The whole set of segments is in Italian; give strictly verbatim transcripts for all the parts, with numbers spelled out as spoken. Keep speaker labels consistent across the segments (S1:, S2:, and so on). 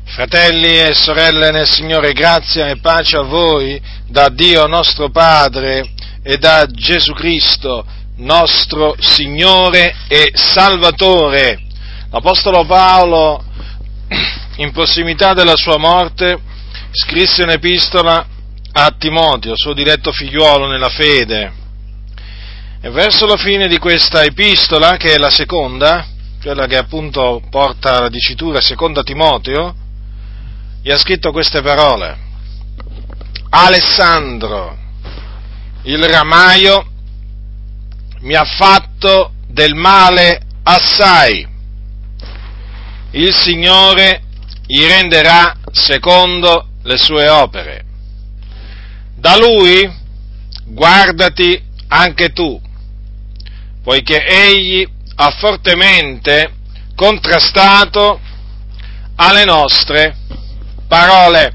S1: Fratelli e sorelle nel Signore, grazia e pace a voi da Dio nostro Padre e da Gesù Cristo, nostro Signore e Salvatore. L'Apostolo Paolo, in prossimità della sua morte, scrisse un'epistola a Timoteo, suo diletto figliuolo nella fede. E verso la fine di questa epistola, che è la seconda, quella che appunto porta la dicitura seconda Timoteo, gli ha scritto queste parole: Alessandro, il ramaio, mi ha fatto del male assai. Il Signore gli renderà secondo le sue opere. Da lui guardati anche tu, poiché egli ha fortemente contrastato alle nostre parole.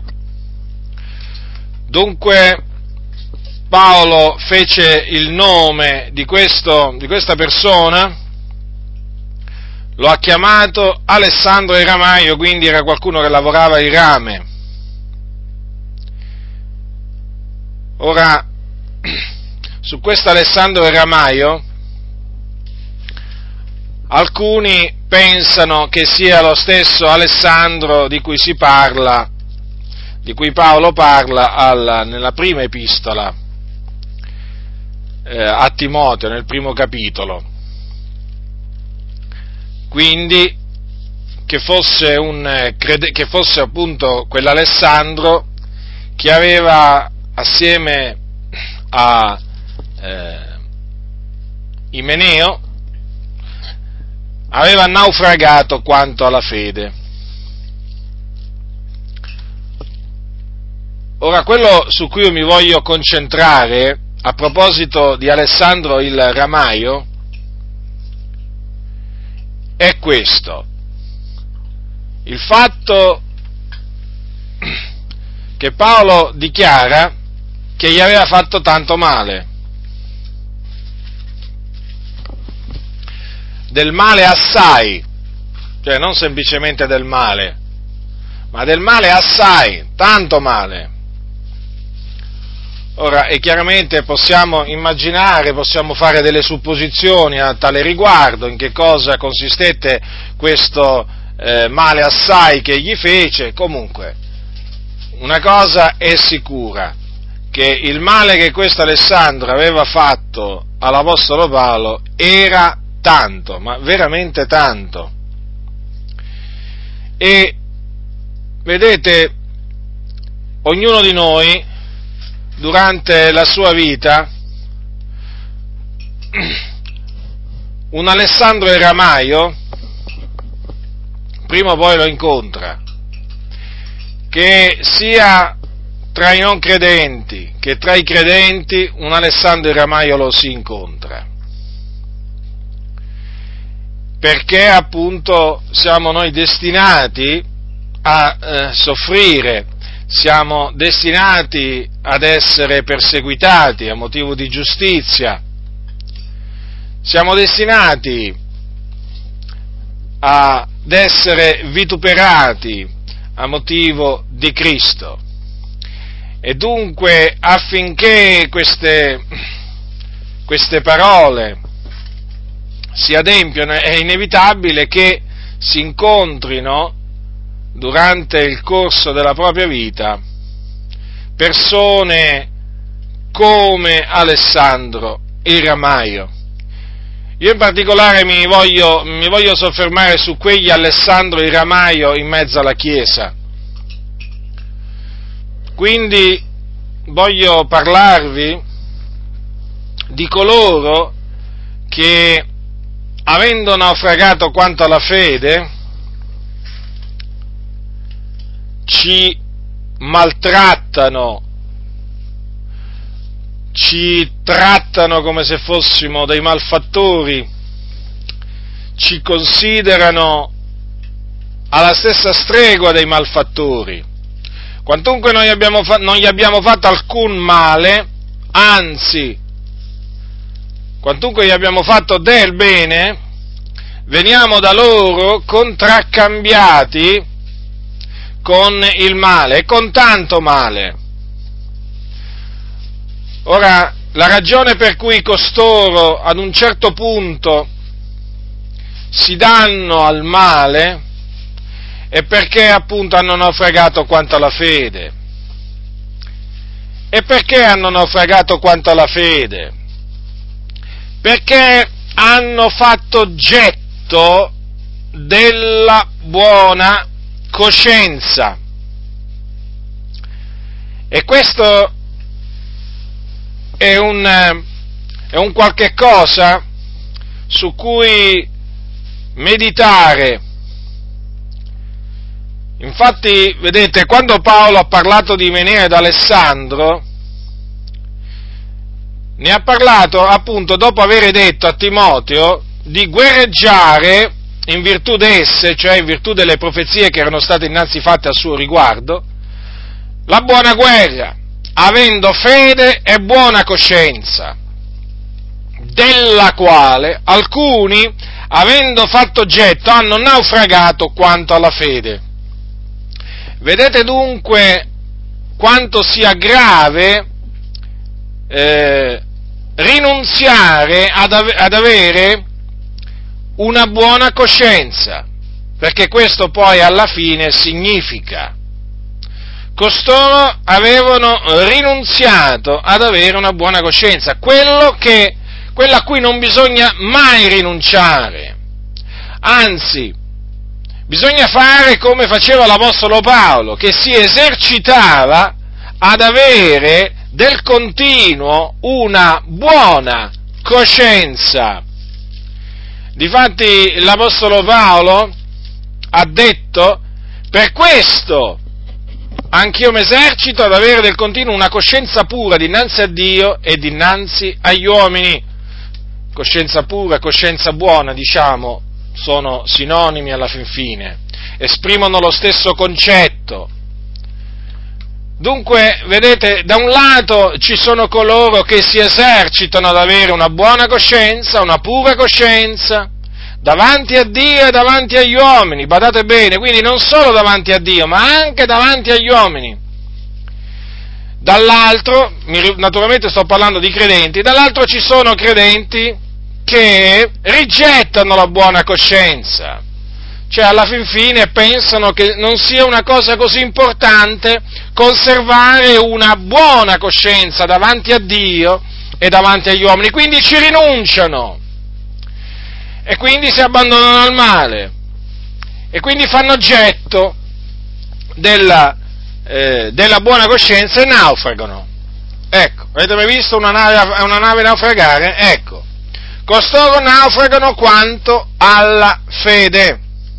S1: Dunque Paolo fece il nome di, questo, di questa persona, lo ha chiamato Alessandro il ramaio, quindi era qualcuno che lavorava il rame. Ora, su questo Alessandro il ramaio, alcuni pensano che sia lo stesso Alessandro di cui si parla, di cui Paolo parla alla, nella prima epistola eh, a Timoteo, nel primo capitolo. Quindi che fosse, un, che fosse appunto quell'Alessandro che aveva assieme a eh, Imeneo aveva naufragato quanto alla fede. Ora, quello su cui io mi voglio concentrare a proposito di Alessandro il ramaio è questo: il fatto che Paolo dichiara che gli aveva fatto tanto male, del male assai, cioè non semplicemente del male, ma del male assai, tanto male. Ora, e chiaramente possiamo immaginare, possiamo fare delle supposizioni a tale riguardo, in che cosa consistette questo eh, male assai che gli fece. Comunque, una cosa è sicura, che il male che questo Alessandro aveva fatto all'Apostolo Paolo era tanto, ma veramente tanto. E vedete, ognuno di noi durante la sua vita un Alessandro il ramaio prima o poi lo incontra, che sia tra i non credenti che tra i credenti un Alessandro il ramaio lo si incontra, perché appunto siamo noi destinati a eh, soffrire, siamo destinati ad essere perseguitati a motivo di giustizia, siamo destinati ad essere vituperati a motivo di Cristo. E dunque, affinché queste, queste parole si adempiano, è inevitabile che si incontrino durante il corso della propria vita persone come Alessandro il ramaio. Io in particolare mi voglio, mi voglio soffermare su quegli Alessandro il ramaio in mezzo alla Chiesa. Quindi voglio parlarvi di coloro che, avendo naufragato quanto alla fede, ci maltrattano, ci trattano come se fossimo dei malfattori, ci considerano alla stessa stregua dei malfattori. Quantunque noi abbiamo fa- non gli abbiamo fatto alcun male, anzi, quantunque gli abbiamo fatto del bene, veniamo da loro contraccambiati con il male, e con tanto male. Ora, la ragione per cui costoro ad un certo punto si danno al male è perché appunto hanno naufragato quanto alla fede. E perché hanno naufragato quanto alla fede? Perché hanno fatto getto della buona coscienza. E questo è un, è un qualche cosa su cui meditare. Infatti, vedete, quando Paolo ha parlato di Imeneo ed Alessandro, ne ha parlato appunto dopo aver detto a Timoteo di guerreggiare in virtù d'esse, cioè in virtù delle profezie che erano state innanzi fatte a suo riguardo, la buona guerra, avendo fede e buona coscienza, della quale alcuni, avendo fatto getto, hanno naufragato quanto alla fede. Vedete dunque quanto sia grave eh, rinunziare ad, ave- ad avere una buona coscienza, perché questo poi alla fine significa: costoro avevano rinunziato ad avere una buona coscienza, quello che, quello a cui non bisogna mai rinunciare, anzi, bisogna fare come faceva l'Apostolo Paolo, che si esercitava ad avere del continuo una buona coscienza. Difatti l'Apostolo Paolo ha detto: per questo anch'io mi esercito ad avere del continuo una coscienza pura dinanzi a Dio e dinanzi agli uomini. Coscienza pura e coscienza buona, diciamo, sono sinonimi alla fin fine, esprimono lo stesso concetto. Dunque, vedete, da un lato ci sono coloro che si esercitano ad avere una buona coscienza, una pura coscienza, davanti a Dio e davanti agli uomini, badate bene, quindi non solo davanti a Dio, ma anche davanti agli uomini. Dall'altro, naturalmente sto parlando di credenti, dall'altro ci sono credenti che rigettano la buona coscienza, cioè alla fin fine pensano che non sia una cosa così importante conservare una buona coscienza davanti a Dio e davanti agli uomini, quindi ci rinunciano e quindi si abbandonano al male e quindi fanno getto della, eh, della buona coscienza e naufragano. Ecco, avete mai visto una nave, una nave naufragare? Ecco, costoro naufragano quanto alla fede.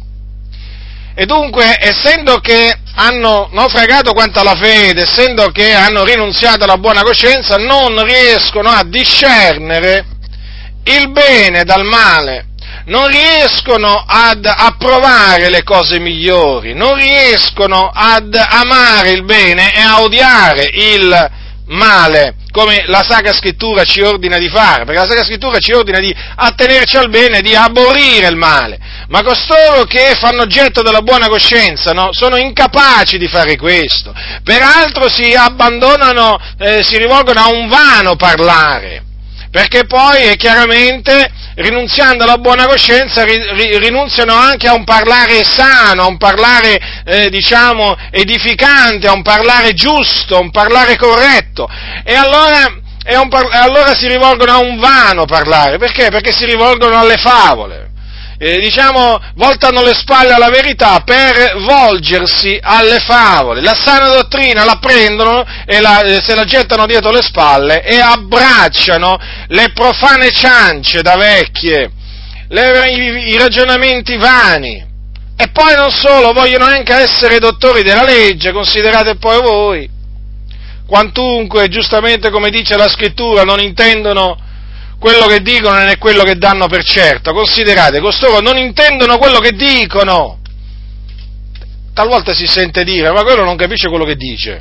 S1: E dunque, essendo che hanno naufragato quanto alla fede, essendo che hanno rinunziato alla buona coscienza, non riescono a discernere il bene dal male, non riescono ad approvare le cose migliori, non riescono ad amare il bene e a odiare il male, come la Sacra Scrittura ci ordina di fare, perché la Sacra Scrittura ci ordina di attenerci al bene e di aborrire il male, ma costoro che fanno getto della buona coscienza, no, sono incapaci di fare questo, peraltro si abbandonano, eh, si rivolgono a un vano parlare, perché poi è chiaramente, rinunziando alla buona coscienza, ri, rinunziano anche a un parlare sano, a un parlare, eh, diciamo, edificante, a un parlare giusto, a un parlare corretto, e allora, e un, allora si rivolgono a un vano parlare, perché? Perché si rivolgono alle favole. Eh, diciamo, voltano le spalle alla verità per volgersi alle favole. La sana dottrina la prendono e la, eh, se la gettano dietro le spalle e abbracciano le profane ciance da vecchie, le, i, i ragionamenti vani. E poi non solo, vogliono anche essere dottori della legge, considerate poi voi. Quantunque, giustamente come dice la Scrittura, non intendono quello che dicono né quello che danno per certo. Considerate, costoro non intendono quello che dicono. Talvolta si sente dire, ma quello non capisce quello che dice.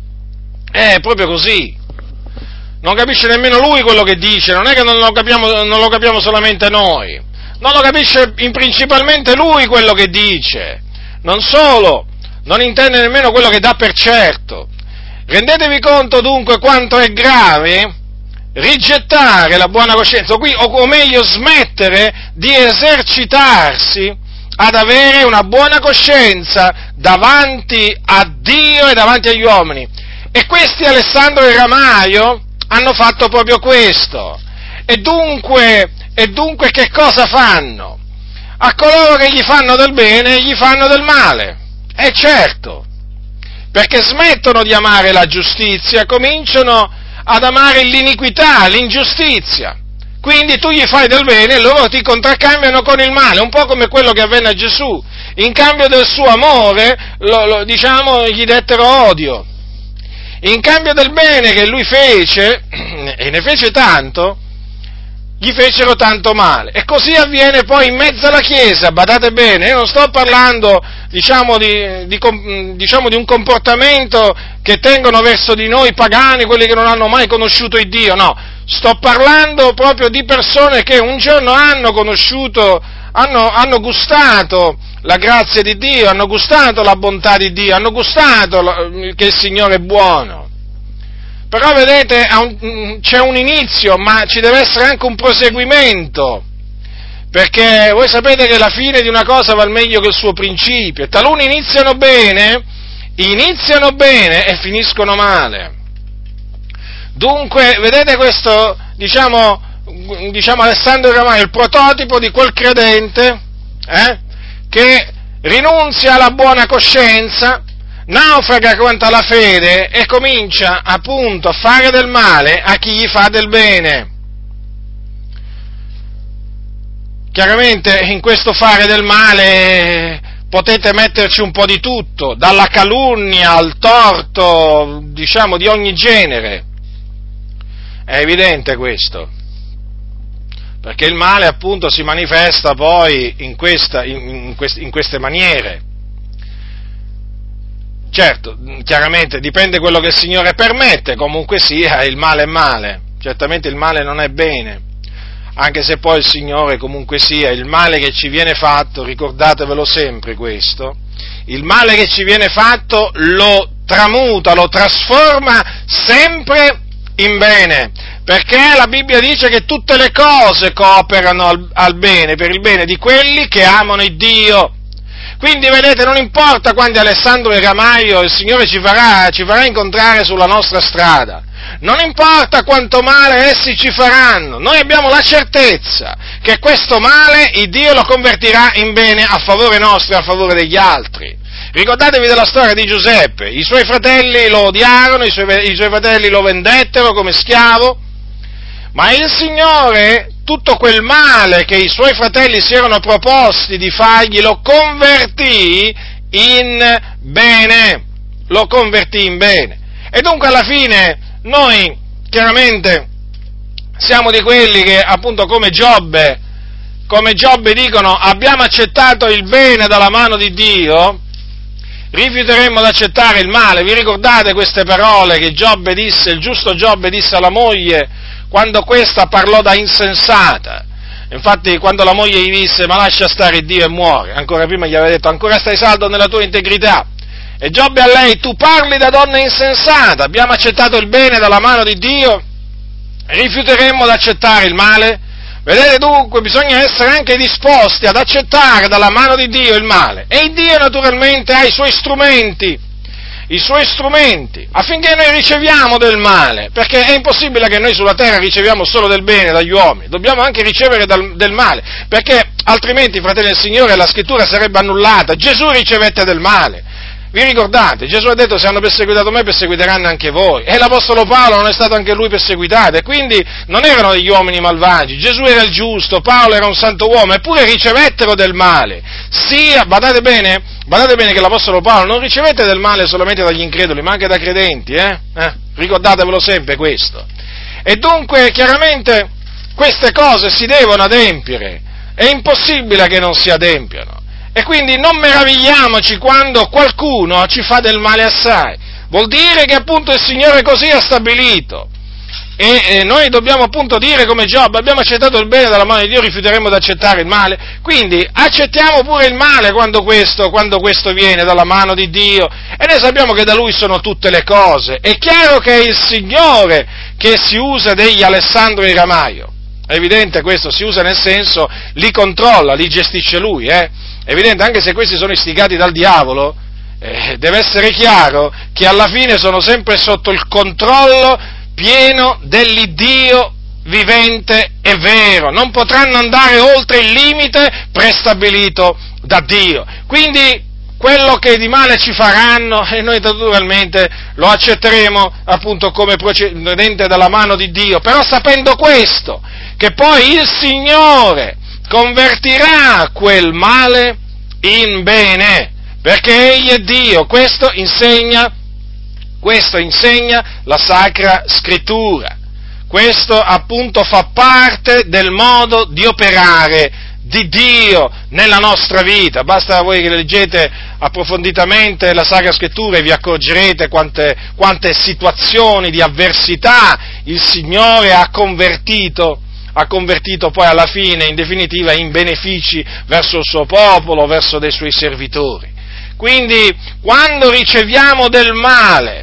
S1: È proprio così. Non capisce nemmeno lui quello che dice, non è che non lo capiamo, non lo capiamo solamente noi. Non lo capisce in principalmente lui quello che dice. Non solo, non intende nemmeno quello che dà per certo. Rendetevi conto dunque quanto è grave rigettare la buona coscienza, o, qui, o, o meglio smettere di esercitarsi ad avere una buona coscienza davanti a Dio e davanti agli uomini. E questi Alessandro e Ramaio hanno fatto proprio questo. E dunque, e dunque che cosa fanno? A coloro che gli fanno del bene, gli fanno del male. E certo, perché smettono di amare la giustizia, cominciano ad amare l'iniquità, l'ingiustizia. Quindi tu gli fai del bene e loro ti contraccambiano con il male, un po' come quello che avvenne a Gesù. In cambio del suo amore, lo, lo, diciamo, gli dettero odio. In cambio del bene che lui fece, e ne fece tanto, gli fecero tanto male. E così avviene poi in mezzo alla Chiesa, badate bene, io non sto parlando, diciamo, di, di, diciamo, di un comportamento che tengono verso di noi pagani, quelli che non hanno mai conosciuto il Dio, no, sto parlando proprio di persone che un giorno hanno conosciuto, hanno, hanno gustato la grazia di Dio, hanno gustato la bontà di Dio, hanno gustato che il Signore è buono. Però vedete, c'è un inizio, ma ci deve essere anche un proseguimento, perché voi sapete che la fine di una cosa vale meglio che il suo principio, e taluni iniziano bene, iniziano bene e finiscono male. Dunque, vedete questo, diciamo, diciamo Alessandro Ramaio, il prototipo di quel credente, eh, che rinunzia alla buona coscienza, naufraga quanto alla fede e comincia appunto a fare del male a chi gli fa del bene. Chiaramente in questo fare del male potete metterci un po' di tutto, dalla calunnia al torto, diciamo di ogni genere. È evidente questo, perché il male appunto si manifesta poi in, questa, in, in, quest, in queste maniere. Certo, chiaramente dipende quello che il Signore permette, comunque sia, il male è male, certamente il male non è bene, anche se poi il Signore comunque sia, il male che ci viene fatto, ricordatevelo sempre questo, il male che ci viene fatto lo tramuta, lo trasforma sempre in bene, perché la Bibbia dice che tutte le cose cooperano al, al bene, per il bene di quelli che amano il Dio. Quindi vedete, non importa quando Alessandro e Ramaio il Signore ci farà, ci farà incontrare sulla nostra strada, non importa quanto male essi ci faranno, noi abbiamo la certezza che questo male il Dio lo convertirà in bene a favore nostro e a favore degli altri. Ricordatevi della storia di Giuseppe, i suoi fratelli lo odiarono, i suoi, i suoi fratelli lo vendettero come schiavo, ma il Signore, tutto quel male che i suoi fratelli si erano proposti di fargli, lo convertì in bene, lo convertì in bene. E dunque alla fine noi, chiaramente, siamo di quelli che, appunto, come Giobbe, come Giobbe dicono, abbiamo accettato il bene dalla mano di Dio, rifiuteremmo di accettare il male. Vi ricordate queste parole che Giobbe disse, il giusto Giobbe disse alla moglie, quando questa parlò da insensata? Infatti quando la moglie gli disse ma lascia stare Dio e muore, ancora prima gli aveva detto ancora stai saldo nella tua integrità, e Giobbe a lei, tu parli da donna insensata, abbiamo accettato il bene dalla mano di Dio, rifiuteremmo di accettare il male? Vedete dunque, bisogna essere anche disposti ad accettare dalla mano di Dio il male, e il Dio naturalmente ha i suoi strumenti, i suoi strumenti, affinché noi riceviamo del male, perché è impossibile che noi sulla terra riceviamo solo del bene dagli uomini, dobbiamo anche ricevere dal, del male, perché altrimenti, fratelli del Signore, la scrittura sarebbe annullata. Gesù ricevette del male, vi ricordate? Gesù ha detto se hanno perseguitato me perseguiteranno anche voi, e l'Apostolo Paolo non è stato anche lui perseguitato, e quindi non erano degli uomini malvagi, Gesù era il giusto, Paolo era un santo uomo, eppure ricevettero del male, sia, badate bene, badate bene che l'Apostolo Paolo non ricevette del male solamente dagli increduli, ma anche da credenti, eh? Eh? Ricordatevelo sempre questo. E dunque, chiaramente, queste cose si devono adempiere, è impossibile che non si adempiano. E quindi non meravigliamoci quando qualcuno ci fa del male assai, vuol dire che appunto il Signore così ha stabilito. e eh, noi dobbiamo appunto dire come Giobbe: abbiamo accettato il bene dalla mano di Dio, rifiuteremo di accettare il male? Quindi accettiamo pure il male quando questo, quando questo viene dalla mano di Dio, e noi sappiamo che da Lui sono tutte le cose. È chiaro che è il Signore che si usa degli Alessandro e Ramaio. È evidente questo, si usa nel senso, li controlla, li gestisce Lui, eh? È evidente, anche se questi sono istigati dal diavolo, eh, deve essere chiaro che alla fine sono sempre sotto il controllo pieno dell'Iddio vivente e vero, non potranno andare oltre il limite prestabilito da Dio. Quindi quello che di male ci faranno, e noi naturalmente lo accetteremo appunto come procedente dalla mano di Dio, però sapendo questo, che poi il Signore convertirà quel male in bene, perché Egli è Dio. Questo insegna, questo insegna la Sacra Scrittura. Questo appunto fa parte del modo di operare di Dio nella nostra vita. Basta voi che leggete approfonditamente la Sacra Scrittura e vi accorgerete quante, quante situazioni di avversità il Signore ha convertito, ha convertito poi alla fine, in definitiva, in benefici verso il suo popolo, verso dei suoi servitori. Quindi, quando riceviamo del male,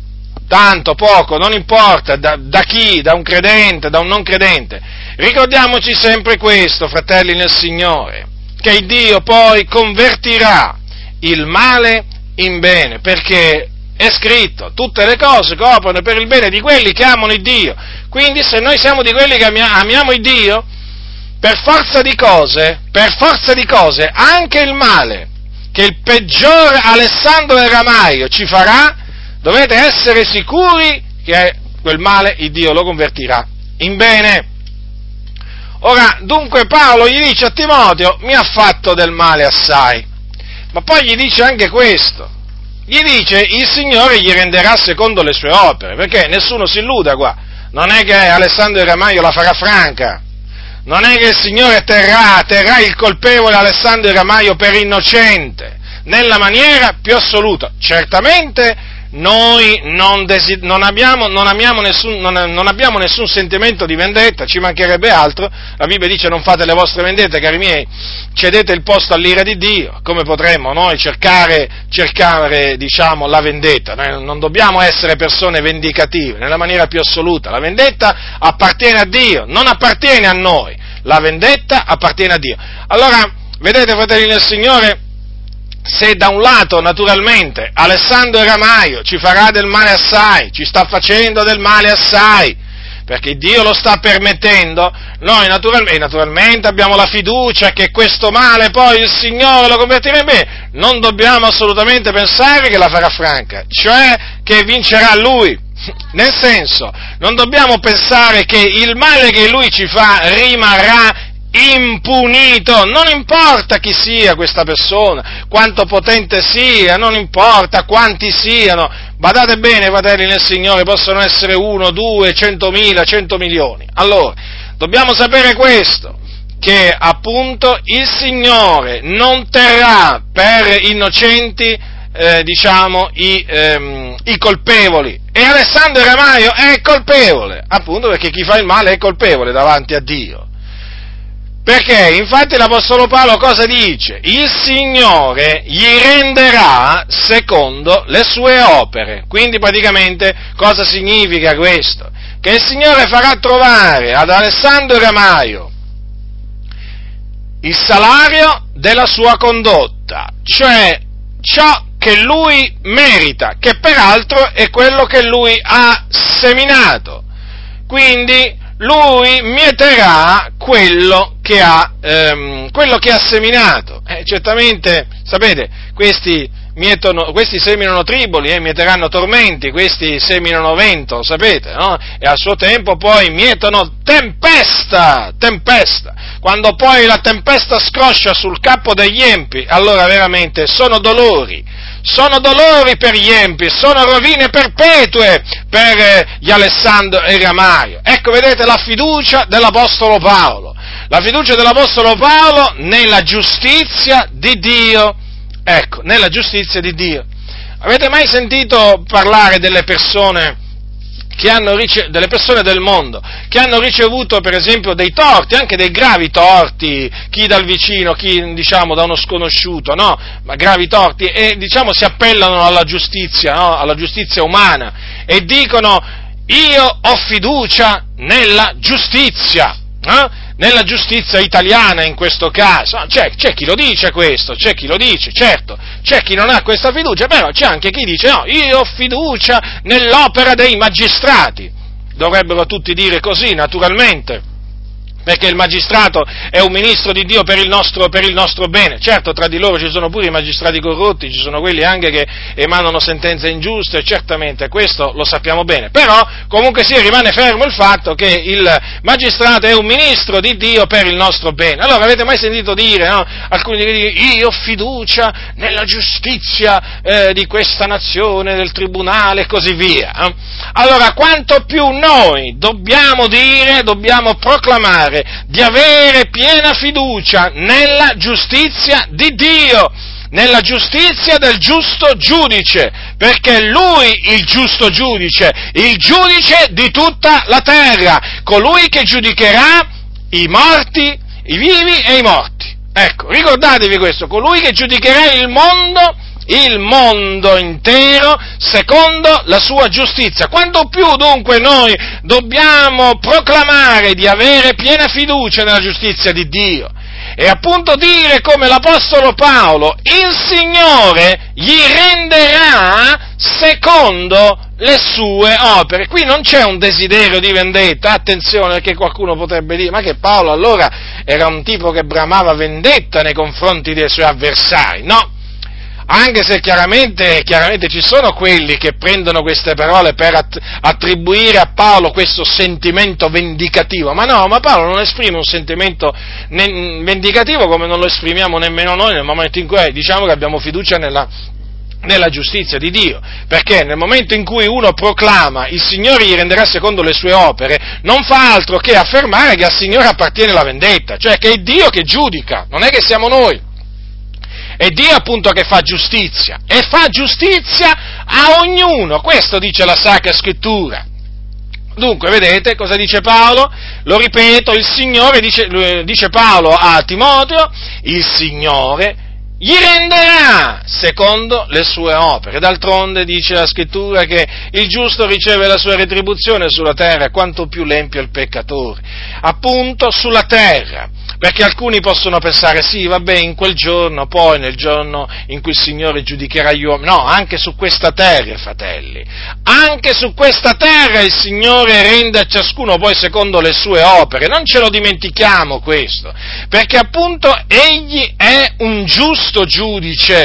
S1: tanto, poco, non importa da, da chi, da un credente, da un non credente, ricordiamoci sempre questo, fratelli nel Signore, che Dio poi convertirà il male in bene, perché è scritto: tutte le cose cooperano per il bene di quelli che amano il Dio. Quindi se noi siamo di quelli che amiamo il Dio, per forza di cose, per forza di cose, anche il male che il peggior Alessandro e Ramaio ci farà, dovete essere sicuri che quel male il Dio lo convertirà in bene. Ora, dunque Paolo gli dice a Timoteo: mi ha fatto del male assai, ma poi gli dice anche questo, gli dice: il Signore gli renderà secondo le sue opere, perché nessuno si illuda qua, non è che Alessandro e Ramaio la farà franca, non è che il Signore terrà, terrà il colpevole Alessandro e Ramaio per innocente, nella maniera più assoluta. Certamente noi non, desi- non, abbiamo, non, amiamo nessun, non, non abbiamo nessun sentimento di vendetta, ci mancherebbe altro. La Bibbia dice: non fate le vostre vendette, cari miei, cedete il posto all'ira di Dio. Come potremmo noi cercare, cercare diciamo, la vendetta? Noi non dobbiamo essere persone vendicative, nella maniera più assoluta. La vendetta appartiene a Dio, non appartiene a noi. La vendetta appartiene a Dio. Allora, vedete, fratelli del Signore, se da un lato, naturalmente, Alessandro Ramaio ci farà del male assai, ci sta facendo del male assai, perché Dio lo sta permettendo, noi naturalmente, naturalmente abbiamo la fiducia che questo male poi il Signore lo convertirà in bene. Non dobbiamo assolutamente pensare che la farà franca, cioè che vincerà Lui. Nel senso, non dobbiamo pensare che il male che Lui ci fa rimarrà impunito, non importa chi sia questa persona, quanto potente sia, non importa quanti siano. Badate bene, fratelli nel Signore, possono essere uno, due, centomila, cento milioni. Allora, dobbiamo sapere questo, che appunto il Signore non terrà per innocenti, eh, diciamo, i, ehm, i colpevoli. E Alessandro Ramaio è colpevole, appunto perché chi fa il male è colpevole davanti a Dio. Perché infatti l'Apostolo Paolo cosa dice? Il Signore gli renderà secondo le sue opere. Quindi praticamente cosa significa questo? Che il Signore farà trovare ad Alessandro Ramaio il salario della sua condotta, cioè ciò che lui merita, che peraltro è quello che lui ha seminato. Quindi lui mieterà quello che ha, ehm, quello che ha seminato. Eh, certamente, sapete, questi mietono, questi seminano triboli, eh, mieteranno tormenti, questi seminano vento, sapete, no? E al suo tempo poi mietono tempesta, tempesta. Quando poi la tempesta scroscia sul capo degli empi, allora veramente sono dolori. Sono dolori per gli empi, sono rovine perpetue per gli Alessandro e Ramaio. Ecco, vedete la fiducia dell'Apostolo Paolo, la fiducia dell'Apostolo Paolo nella giustizia di Dio, ecco, nella giustizia di Dio. Avete mai sentito parlare delle persone che hanno rice- delle persone del mondo, che hanno ricevuto per esempio dei torti, anche dei gravi torti, chi dal vicino, chi diciamo da uno sconosciuto, no? Ma gravi torti, e diciamo si appellano alla giustizia, no? Alla giustizia umana, e dicono: io ho fiducia nella giustizia, eh? Nella giustizia italiana in questo caso. C'è, c'è chi lo dice questo, c'è chi lo dice, certo, c'è chi non ha questa fiducia, però c'è anche chi dice: no, io ho fiducia nell'opera dei magistrati. Dovrebbero tutti dire così, naturalmente, perché il magistrato è un ministro di Dio per il nostro, per il nostro bene. Certo, tra di loro ci sono pure i magistrati corrotti, ci sono quelli anche che emanano sentenze ingiuste, certamente, questo lo sappiamo bene, però comunque sia rimane fermo il fatto che il magistrato è un ministro di Dio per il nostro bene. Allora, avete mai sentito dire, no? Alcuni che dicono: io ho fiducia nella giustizia eh, di questa nazione, del tribunale e così via. Eh? Allora, quanto più noi dobbiamo dire, dobbiamo proclamare di avere piena fiducia nella giustizia di Dio, nella giustizia del giusto giudice, perché Lui, il giusto giudice, il giudice di tutta la terra, colui che giudicherà i morti, i vivi e i morti. Ecco, ricordatevi questo: colui che giudicherà il mondo, il mondo intero, secondo la sua giustizia. Quanto più dunque noi dobbiamo proclamare di avere piena fiducia nella giustizia di Dio, e appunto dire come l'Apostolo Paolo: il Signore gli renderà secondo le sue opere. Qui non c'è un desiderio di vendetta, attenzione, perché qualcuno potrebbe dire: ma che Paolo allora era un tipo che bramava vendetta nei confronti dei suoi avversari? No, anche se chiaramente, chiaramente ci sono quelli che prendono queste parole per attribuire a Paolo questo sentimento vendicativo, ma no, ma Paolo non esprime un sentimento vendicativo come non lo esprimiamo nemmeno noi nel momento in cui diciamo che abbiamo fiducia nella nella giustizia di Dio, perché nel momento in cui uno proclama il Signore gli renderà secondo le sue opere, non fa altro che affermare che al Signore appartiene la vendetta, cioè che è Dio che giudica, non è che siamo noi. È Dio appunto che fa giustizia, e fa giustizia a ognuno, questo dice la Sacra Scrittura. Dunque, vedete cosa dice Paolo? Lo ripeto, il Signore, dice, dice Paolo a Timoteo, il Signore gli renderà secondo le sue opere. D'altronde dice la Scrittura che il giusto riceve la sua retribuzione sulla terra, quanto più l'empio è il peccatore. Appunto sulla terra. Perché alcuni possono pensare: sì, vabbè, in quel giorno, poi nel giorno in cui il Signore giudicherà gli uomini. No, anche su questa terra, fratelli, anche su questa terra il Signore rende a ciascuno poi secondo le sue opere. Non ce lo dimentichiamo questo, perché appunto Egli è un giusto giudice,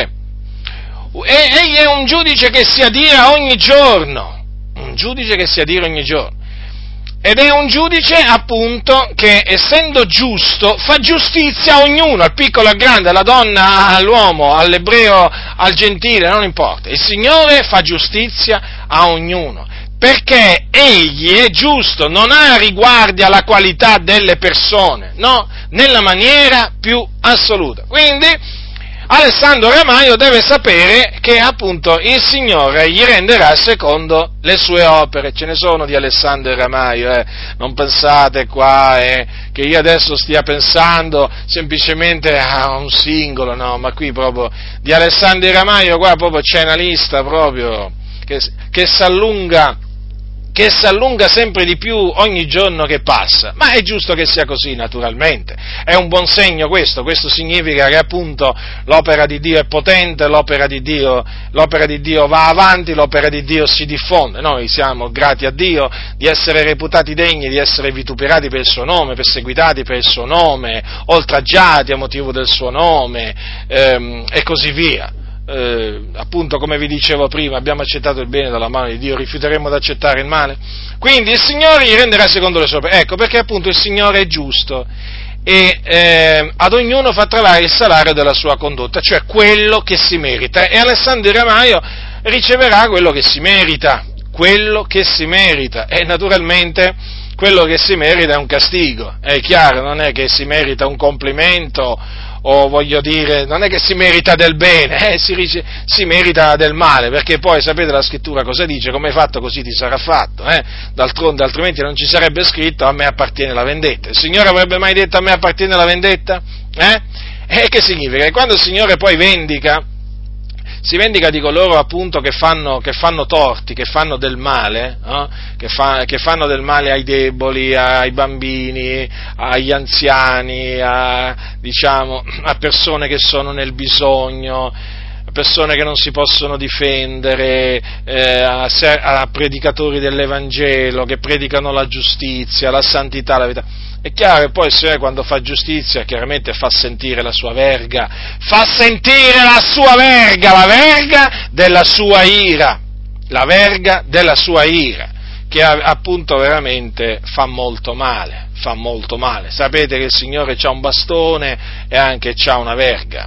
S1: e Egli è un giudice che si adira ogni giorno, un giudice che si adira ogni giorno. Ed è un giudice, appunto, che essendo giusto fa giustizia a ognuno, al piccolo, al grande, alla donna, all'uomo, all'ebreo, al gentile, non importa. Il Signore fa giustizia a ognuno, perché Egli è giusto, non ha riguardi alla qualità delle persone, no, nella maniera più assoluta. Quindi Alessandro Ramaio deve sapere che appunto il Signore gli renderà secondo le sue opere. Ce ne sono di Alessandro Ramaio, eh. Non pensate qua eh, che io adesso stia pensando semplicemente a un singolo, no, ma qui proprio di Alessandro Ramaio qua proprio c'è una lista proprio che, che si allunga che si allunga sempre di più ogni giorno che passa, ma è giusto che sia così, naturalmente, è un buon segno questo, questo significa che appunto l'opera di Dio è potente, l'opera di Dio, l'opera di Dio va avanti, l'opera di Dio si diffonde. Noi siamo grati a Dio di essere reputati degni, di essere vituperati per il suo nome, perseguitati per il suo nome, oltraggiati a motivo del suo nome, ehm, e così via. Eh, appunto, come vi dicevo prima, abbiamo accettato il bene dalla mano di Dio, rifiuteremo di accettare il male? Quindi il Signore gli renderà secondo le sue opere. Ecco perché appunto il Signore è giusto e eh, ad ognuno fa trovare il salario della sua condotta, cioè quello che si merita, e Alessandro Ramaio riceverà quello che si merita, quello che si merita, e naturalmente quello che si merita è un castigo, è chiaro, non è che si merita un complimento o voglio dire, non è che si merita del bene, eh, si, si merita del male, perché poi sapete la scrittura cosa dice, come hai fatto così ti sarà fatto, eh? D'altronde altrimenti non ci sarebbe scritto a me appartiene la vendetta. Il Signore avrebbe mai detto a me appartiene la vendetta? Eh? E che significa? Che quando il Signore poi vendica, si vendica di coloro appunto che fanno, che fanno torti, che fanno del male, no? che, fa, che fanno del male ai deboli, ai bambini, agli anziani, a, diciamo, a persone che sono nel bisogno, a persone che non si possono difendere, eh, a, a predicatori dell'Evangelo che predicano la giustizia, la santità, la verità. È chiaro che poi il Signore quando fa giustizia chiaramente fa sentire la sua verga, fa sentire la sua verga, la verga della sua ira, la verga della sua ira, che appunto veramente fa molto male, fa molto male. Sapete che il Signore c'ha un bastone e anche c'ha una verga,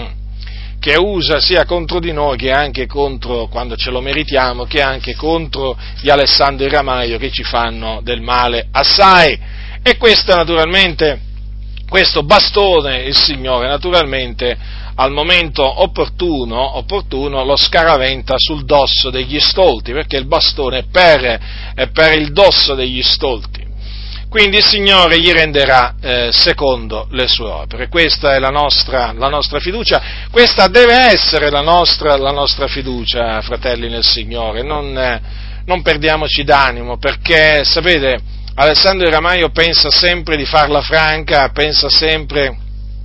S1: che usa sia contro di noi che anche contro, quando ce lo meritiamo, che anche contro gli Alessandro e Ramaio che ci fanno del male assai. E questo naturalmente, questo bastone il Signore naturalmente al momento opportuno, opportuno lo scaraventa sul dosso degli stolti, perché il bastone è per, è per il dosso degli stolti. Quindi il Signore gli renderà eh, secondo le sue opere. Questa è la nostra, la nostra fiducia, questa deve essere la nostra, la nostra fiducia, fratelli nel Signore. Non, eh, non perdiamoci d'animo, perché sapete, Alessandro Ramaio pensa sempre di farla franca, pensa sempre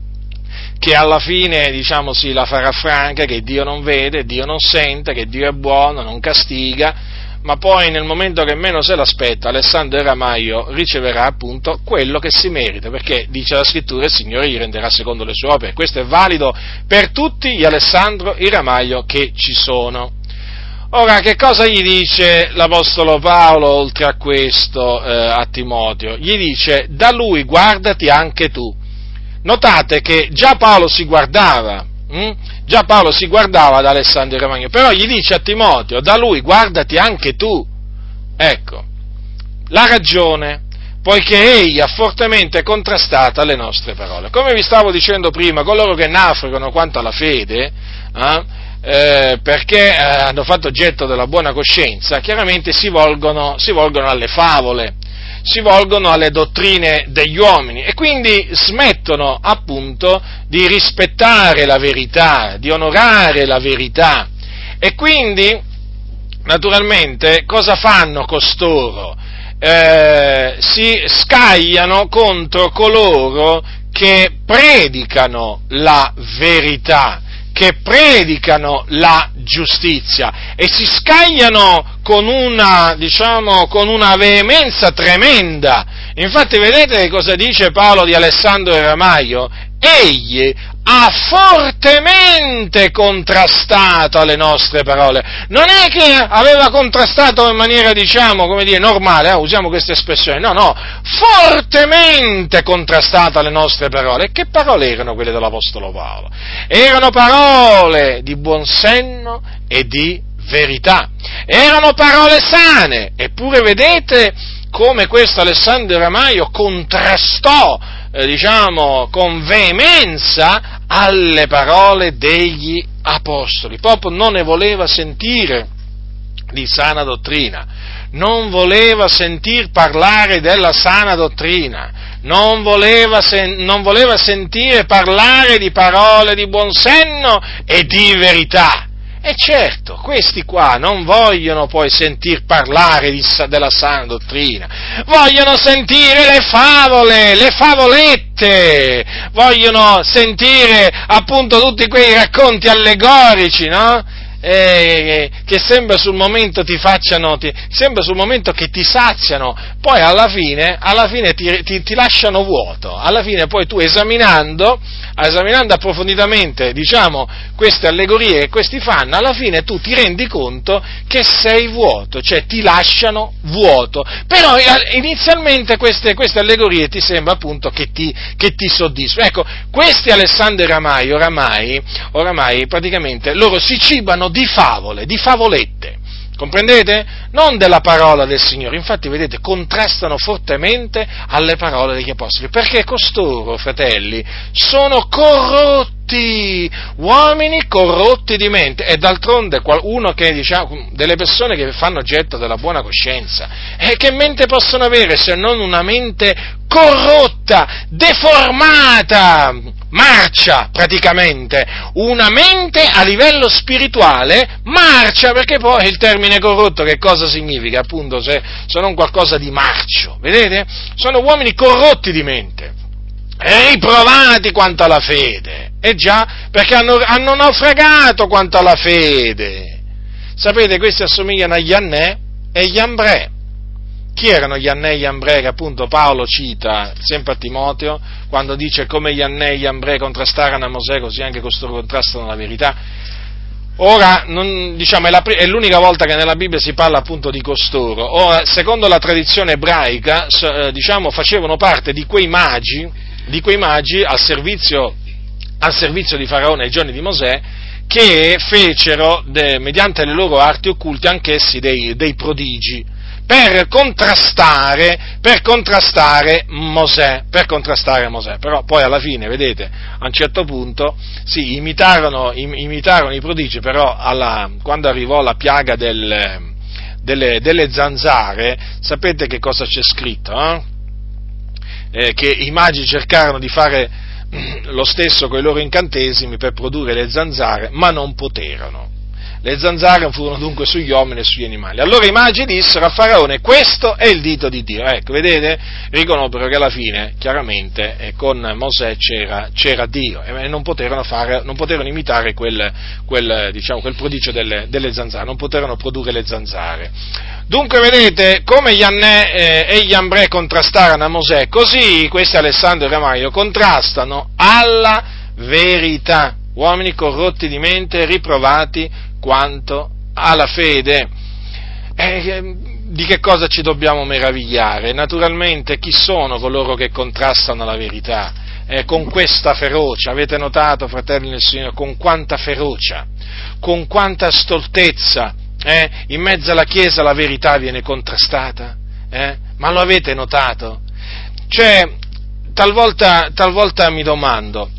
S1: che alla fine, diciamo sì, la farà franca, che Dio non vede, Dio non sente, che Dio è buono, non castiga, ma poi nel momento che meno se l'aspetta Alessandro Ramaio riceverà appunto quello che si merita, perché dice la scrittura il Signore gli renderà secondo le sue opere. Questo è valido per tutti gli Alessandro Ramaio che ci sono. Ora, che cosa gli dice l'Apostolo Paolo oltre a questo eh, a Timoteo? Gli dice, da lui guardati anche tu. Notate che già Paolo si guardava, hm? già Paolo si guardava ad Alessandro Ramaio, però gli dice a Timoteo, da lui guardati anche tu. Ecco, la ragione, poiché egli ha fortemente contrastato le nostre parole. Come vi stavo dicendo prima, coloro che naufragano quanto alla fede, eh, Eh, perché eh, hanno fatto oggetto della buona coscienza, chiaramente si volgono, si volgono alle favole, si volgono alle dottrine degli uomini e quindi smettono appunto di rispettare la verità, di onorare la verità e quindi naturalmente cosa fanno costoro? Eh, si scagliano contro coloro che predicano la verità, che predicano la giustizia e si scagliano con una, diciamo, con una veemenza tremenda. Infatti vedete che cosa dice Paolo di Alessandro Ramaio? Egli ha fortemente contrastato le nostre parole. Non è che aveva contrastato in maniera, diciamo, come dire, normale, eh, usiamo queste espressioni, no, no, fortemente contrastato le nostre parole. E che parole erano quelle dell'Apostolo Paolo? Erano parole di buon senno e di verità. Erano parole sane, eppure vedete come questo Alessandro Ramaio contrastò, eh, diciamo, con veemenza alle parole degli apostoli. Proprio non ne voleva sentire di sana dottrina, non voleva sentir parlare della sana dottrina, non voleva, sen- non voleva sentire parlare di parole di buon senno e di verità. E certo, questi qua non vogliono poi sentir parlare di, della sana dottrina, vogliono sentire le favole, le favolette, vogliono sentire appunto tutti quei racconti allegorici, no? Eh, che sembra sul momento ti facciano, ti, sembra sul momento che ti saziano, poi alla fine, alla fine ti, ti, ti lasciano vuoto, alla fine poi tu esaminando, esaminando approfonditamente, diciamo, queste allegorie che questi fanno, alla fine tu ti rendi conto che sei vuoto, cioè ti lasciano vuoto, però inizialmente queste, queste allegorie ti sembra appunto che ti, che ti soddisfano. Ecco, questi Alessandro Ramaio, oramai, oramai praticamente loro si cibano di favole, di favolette, comprendete? Non della parola del Signore. Infatti, vedete, contrastano fortemente alle parole degli apostoli, perché costoro, fratelli, sono corrotti, uomini corrotti di mente, e d'altronde uno che, diciamo, delle persone che fanno oggetto della buona coscienza, e che mente possono avere se non una mente corrotta, deformata, marcia praticamente, una mente a livello spirituale marcia, perché poi il termine corrotto che cosa significa? Appunto, se, se non qualcosa di marcio, vedete? Sono uomini corrotti di mente, e riprovati quanto alla fede, e già, perché hanno, hanno naufragato quanto alla fede. Sapete, questi assomigliano agli Annè e gli Ambrè. Chi erano gli Annè e gli Ambrè che appunto Paolo cita sempre a Timoteo, quando dice come gli Annè e gli Ambrè contrastarono a Mosè, così anche costoro contrastano la verità? Ora, non, diciamo, è, la, è l'unica volta che nella Bibbia si parla appunto di costoro. Ora, secondo la tradizione ebraica, eh, diciamo, facevano parte di quei magi, di quei magi al servizio, al servizio di Faraone ai giorni di Mosè, che fecero, de, mediante le loro arti occulte, anch'essi dei, dei prodigi, per contrastare, per contrastare Mosè, per contrastare Mosè, però poi alla fine, vedete, a un certo punto, sì, imitarono, imitarono i prodigi, però alla, quando arrivò la piaga del, delle, delle zanzare, sapete che cosa c'è scritto? Eh? Eh, che i magi cercarono di fare lo stesso con i loro incantesimi per produrre le zanzare, ma non poterono. Le zanzare furono dunque sugli uomini e sugli animali. Allora i magi dissero a Faraone: questo è il dito di Dio. Ecco, vedete? Riconobbero che alla fine, chiaramente, eh, con Mosè c'era, c'era Dio, e non poterono fare, non poterono imitare quel, quel, diciamo, quel prodigio delle, delle zanzare, non poterono produrre le zanzare. Dunque, vedete, come gli Annè eh, e gli Ambrè contrastarono a Mosè, così questi Alessandro e Ramaio contrastano alla verità. Uomini corrotti di mente, riprovati quanto alla fede. Eh, di che cosa ci dobbiamo meravigliare? Naturalmente, chi sono coloro che contrastano la verità? Eh, con questa ferocia, avete notato, fratelli nel Signore, con quanta ferocia, con quanta stoltezza, eh, in mezzo alla Chiesa la verità viene contrastata? Eh? Ma lo avete notato? Cioè, talvolta, talvolta mi domando,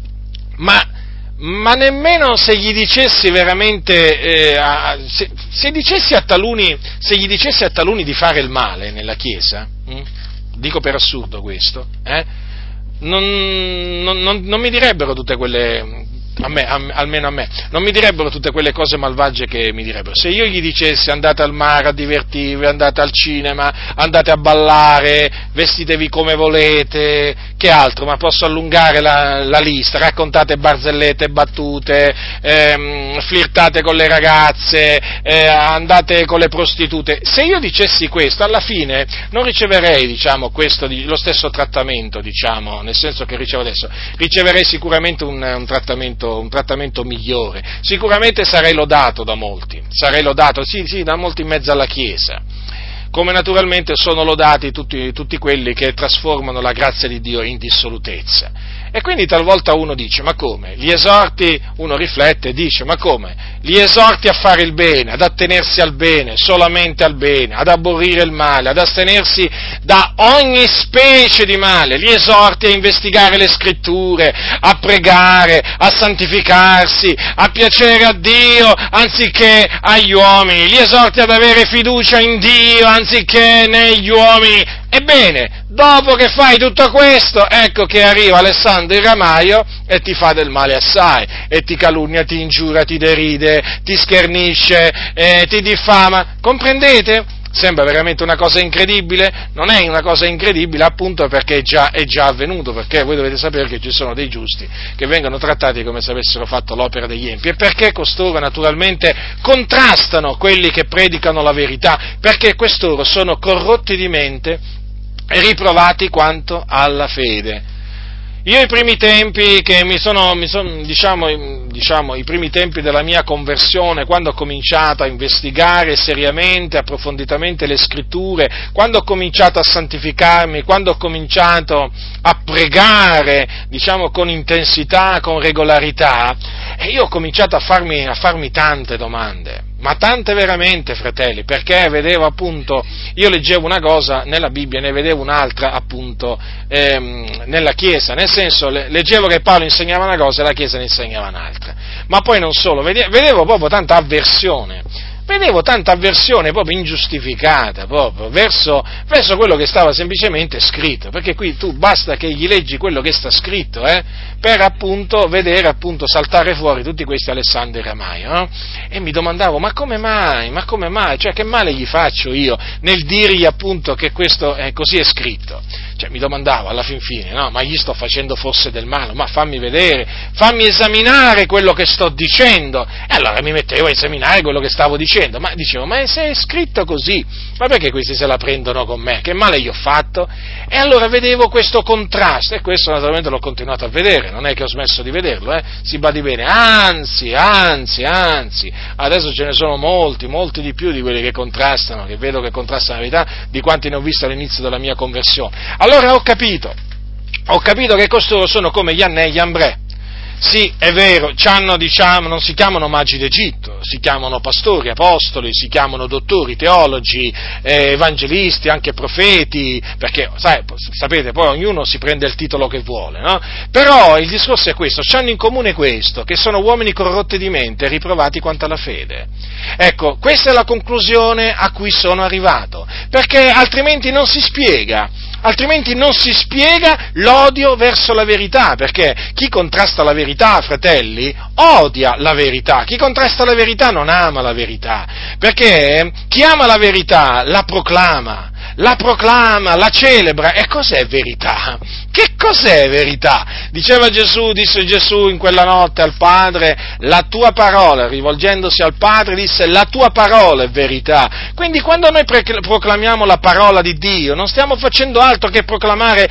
S1: ma Ma nemmeno se gli dicessi veramente, eh, a, se, se, dicessi a taluni, se gli dicessi a taluni di fare il male nella Chiesa, hm? Dico per assurdo questo, eh? non, non, non, non mi direbbero tutte quelle, a me, a, almeno a me, non mi direbbero tutte quelle cose malvagie che mi direbbero. Se io gli dicessi andate al mare a divertirvi, andate al cinema, andate a ballare, vestitevi come volete, che altro, ma posso allungare la, la lista, raccontate barzellette, battute, ehm, flirtate con le ragazze, eh, andate con le prostitute. Se io dicessi questo, alla fine non riceverei, diciamo, questo, lo stesso trattamento, diciamo, nel senso che ricevo adesso, riceverei sicuramente un, un trattamento un trattamento migliore, sicuramente sarei lodato da molti, sarei lodato, sì, sì, da molti in mezzo alla Chiesa, come naturalmente sono lodati tutti, tutti quelli che trasformano la grazia di Dio in dissolutezza. E quindi talvolta uno dice, ma come? Li esorti, uno riflette e dice, ma come? Li esorti a fare il bene, ad attenersi al bene, solamente al bene, ad aborrire il male, ad astenersi da ogni specie di male, li esorti a investigare le scritture, a pregare, a santificarsi, a piacere a Dio anziché agli uomini, li esorti ad avere fiducia in Dio anziché negli uomini. Ebbene, dopo che fai tutto questo, ecco che arriva Alessandro il Ramaio e ti fa del male assai, e ti calunnia, ti ingiura, ti deride, ti schernisce, eh, ti diffama, comprendete? Sembra veramente una cosa incredibile, non è una cosa incredibile appunto perché è già, è già avvenuto, perché voi dovete sapere che ci sono dei giusti che vengono trattati come se avessero fatto l'opera degli empi, e perché costoro naturalmente contrastano quelli che predicano la verità, perché questoro sono corrotti di mente e riprovati quanto alla fede. Io i primi tempi che mi sono, mi sono diciamo, diciamo, i primi tempi della mia conversione, quando ho cominciato a investigare seriamente, approfonditamente le scritture, quando ho cominciato a santificarmi, quando ho cominciato a pregare, diciamo, con intensità, con regolarità, e io ho cominciato a farmi, a farmi tante domande, ma tante veramente, fratelli, perché vedevo appunto, io leggevo una cosa nella Bibbia e ne vedevo un'altra appunto ehm, nella Chiesa, nel senso, leggevo che Paolo insegnava una cosa e la Chiesa ne insegnava un'altra, ma poi non solo, vedevo proprio tanta avversione, vedevo tanta avversione proprio ingiustificata, proprio, verso, verso quello che stava semplicemente scritto, perché qui tu basta che gli leggi quello che sta scritto, eh, per appunto vedere appunto saltare fuori tutti questi Alessandri Ramaio, no? E mi domandavo, ma come mai, ma come mai, cioè che male gli faccio io nel dirgli appunto che questo è così è scritto? Cioè mi domandavo alla fin fine, no, ma gli sto facendo forse del male, ma fammi vedere, fammi esaminare quello che sto dicendo, e allora mi mettevo a esaminare quello che stavo dicendo, ma dicevo, ma se è scritto così, ma perché questi se la prendono con me, che male gli ho fatto? E allora vedevo questo contrasto, e questo naturalmente l'ho continuato a vedere, non è che ho smesso di vederlo, eh, si badi bene, anzi, anzi, anzi, adesso ce ne sono molti, molti di più di quelli che contrastano, che vedo che contrastano la verità, di quanti ne ho visto all'inizio della mia conversione. Allora ho capito, ho capito che costoro sono come Iannè e Iambrè. Sì, è vero, c'hanno, diciamo, non si chiamano magi d'Egitto, si chiamano pastori, apostoli, si chiamano dottori, teologi, eh, evangelisti, anche profeti, perché, sai, sapete, poi ognuno si prende il titolo che vuole, no? Però il discorso è questo, c'hanno in comune questo, che sono uomini corrotti di mente, riprovati quanto alla fede. Ecco, questa è la conclusione a cui sono arrivato, perché altrimenti non si spiega. Altrimenti non si spiega l'odio verso la verità, perché chi contrasta la verità, fratelli, odia la verità, chi contrasta la verità non ama la verità, perché chi ama la verità la proclama, la proclama, la celebra, e cos'è verità? Che cos'è verità? Diceva Gesù, disse Gesù in quella notte al Padre, la tua parola, rivolgendosi al Padre, disse, la tua parola è verità. Quindi quando noi proclamiamo la parola di Dio, non stiamo facendo altro che proclamare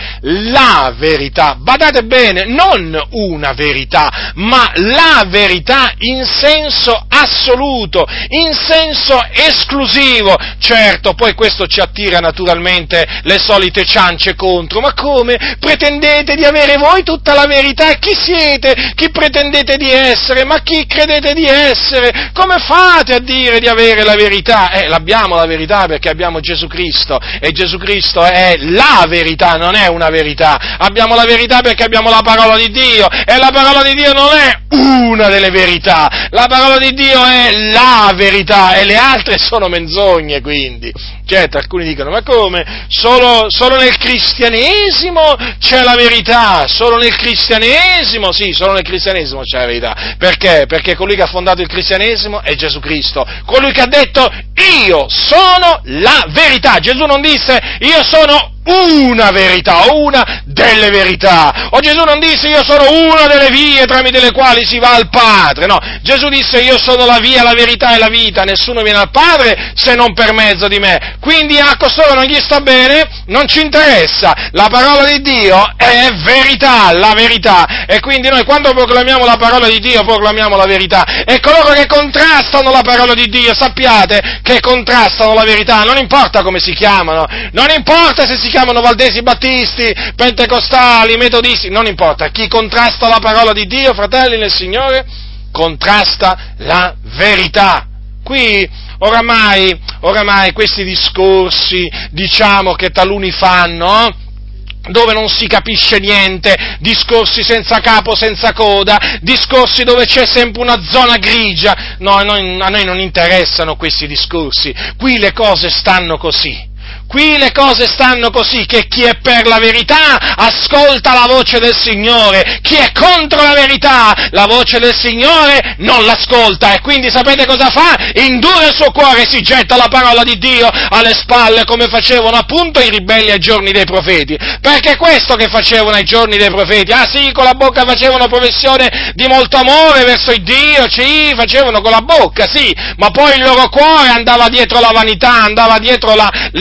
S1: la verità. Badate bene, non una verità, ma la verità in senso assoluto, in senso esclusivo. Certo, poi questo ci attira naturalmente le solite ciance contro, ma come? Pretendete di avere voi tutta la verità? Chi siete? Chi pretendete di essere? Ma chi credete di essere? Come fate a dire di avere la verità? Eh, l'abbiamo la verità perché abbiamo Gesù Cristo, e Gesù Cristo è la verità, non è una verità. Abbiamo la verità perché abbiamo la parola di Dio, e la parola di Dio non è una delle verità, la parola di Dio è la verità, e le altre sono menzogne, quindi. Certo, alcuni dicono, ma come? Solo, solo nel cristianesimo c'è la verità, solo nel cristianesimo? Sì, solo nel cristianesimo c'è la verità. Perché? Perché colui che ha fondato il cristianesimo è Gesù Cristo, colui che ha detto, io sono la verità. Gesù non disse, io sono una verità, una delle verità. O Gesù non disse, io sono una delle vie tramite le quali si va al Padre. No, Gesù disse, io sono la via, la verità e la vita, nessuno viene al Padre se non per mezzo di me. Quindi a costoro non gli sta bene, non ci interessa, la parola di Dio è verità, la verità, e quindi noi quando proclamiamo la parola di Dio proclamiamo la verità, e coloro che contrastano la parola di Dio, sappiate che contrastano la verità, non importa come si chiamano, non importa se si chiamano Valdesi, Battisti, Pentecostali, Metodisti, non importa, chi contrasta la parola di Dio, fratelli nel Signore, contrasta la verità. Qui oramai, oramai questi discorsi, diciamo, che taluni fanno, dove non si capisce niente, discorsi senza capo, senza coda, discorsi dove c'è sempre una zona grigia, no, a noi, a noi non interessano questi discorsi, qui le cose stanno così. Qui le cose stanno così, che chi è per la verità ascolta la voce del Signore, chi è contro la verità, la voce del Signore non l'ascolta, e quindi sapete cosa fa? Indura il suo cuore e si getta la parola di Dio alle spalle, come facevano appunto i ribelli ai giorni dei profeti, perché è questo che facevano ai giorni dei profeti. Ah sì, con la bocca facevano professione di molto amore verso il Dio, sì, facevano con la bocca, sì, ma poi il loro cuore andava dietro la vanità, andava dietro la, l'ipocrisia,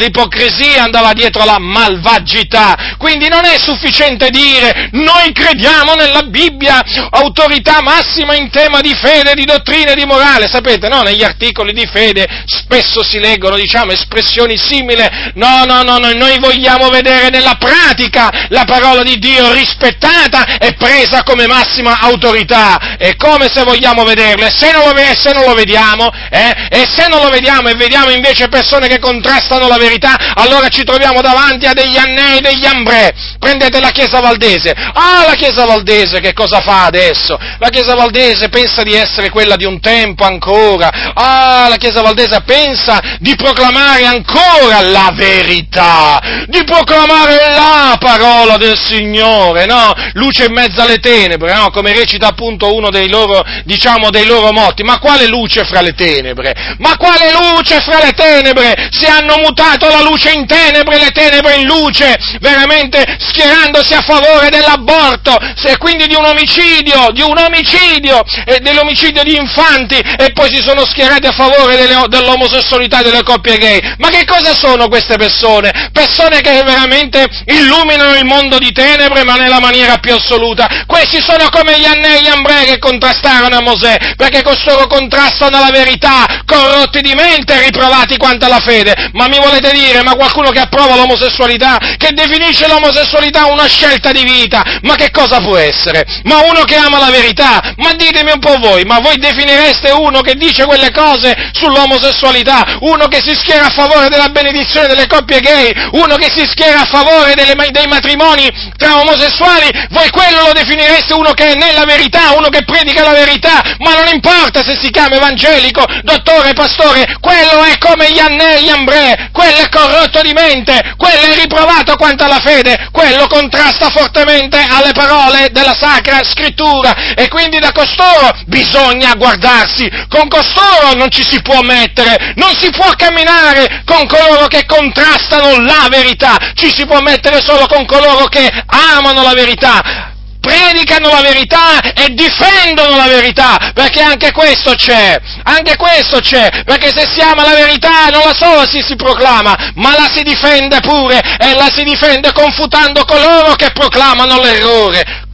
S1: all'ipocrisia, andava dietro alla malvagità. Quindi non è sufficiente dire noi crediamo nella Bibbia, autorità massima in tema di fede, di dottrina e di morale. Sapete, no? Negli articoli di fede spesso si leggono, diciamo, espressioni simili. No, no, no, no, noi vogliamo vedere nella pratica la parola di Dio rispettata e presa come massima autorità. È come se vogliamo vederlo, e se non lo, se non lo vediamo, eh, e se non lo vediamo e vediamo invece persone che contrastano la verità, allora ci troviamo davanti a degli Annei, degli Ambrè. Prendete la Chiesa Valdese. Ah, la Chiesa Valdese che cosa fa adesso? La Chiesa Valdese pensa di essere quella di un tempo ancora. Ah, la Chiesa Valdese pensa di proclamare ancora la verità, di proclamare la parola del Signore, no? Luce in mezzo alle tenebre, no? Come recita appunto uno dei loro, diciamo, dei loro motti. Ma quale luce fra le tenebre? Ma quale luce fra le tenebre? Se hanno mutato la luce in tenebre, le tenebre in luce, veramente schierandosi a favore dell'aborto, e quindi di un omicidio, di un omicidio, e dell'omicidio di infanti, e poi si sono schierati a favore delle, dell'omosessualità e delle coppie gay. Ma che cosa sono queste persone? Persone che veramente illuminano il mondo di tenebre, ma nella maniera più assoluta. Questi sono come gli Annei e gli Ambrè che contrastarono a Mosè, perché costoro contrastano la verità, corrotti di mente e riprovati quanto alla fede. Ma mi volete dire, ma qualcuno che approva l'omosessualità, che definisce l'omosessualità una scelta di vita, ma che cosa può essere? Ma uno che ama la verità? Ma ditemi un po' voi, ma voi definireste uno che dice quelle cose sull'omosessualità, uno che si schiera a favore della benedizione delle coppie gay, uno che si schiera a favore delle, dei matrimoni tra omosessuali, voi quello lo definireste uno che è nella verità, uno che predica la verità? Ma non importa se si chiama evangelico, dottore, pastore, quello è come gli Annei e gli Ambrè, quello è corrotto di mente, quello è riprovato quanto alla fede, quello contrasta fortemente alle parole della Sacra Scrittura, e quindi da costoro bisogna guardarsi. Con costoro non ci si può mettere, non si può camminare con coloro che contrastano la verità, ci si può mettere solo con coloro che amano la verità, predicano la verità e difendono la verità, perché anche questo c'è, anche questo c'è, perché se si ama la verità non la solo si, si proclama, ma la si difende pure, e la si difende confutando coloro che proclamano l'errore,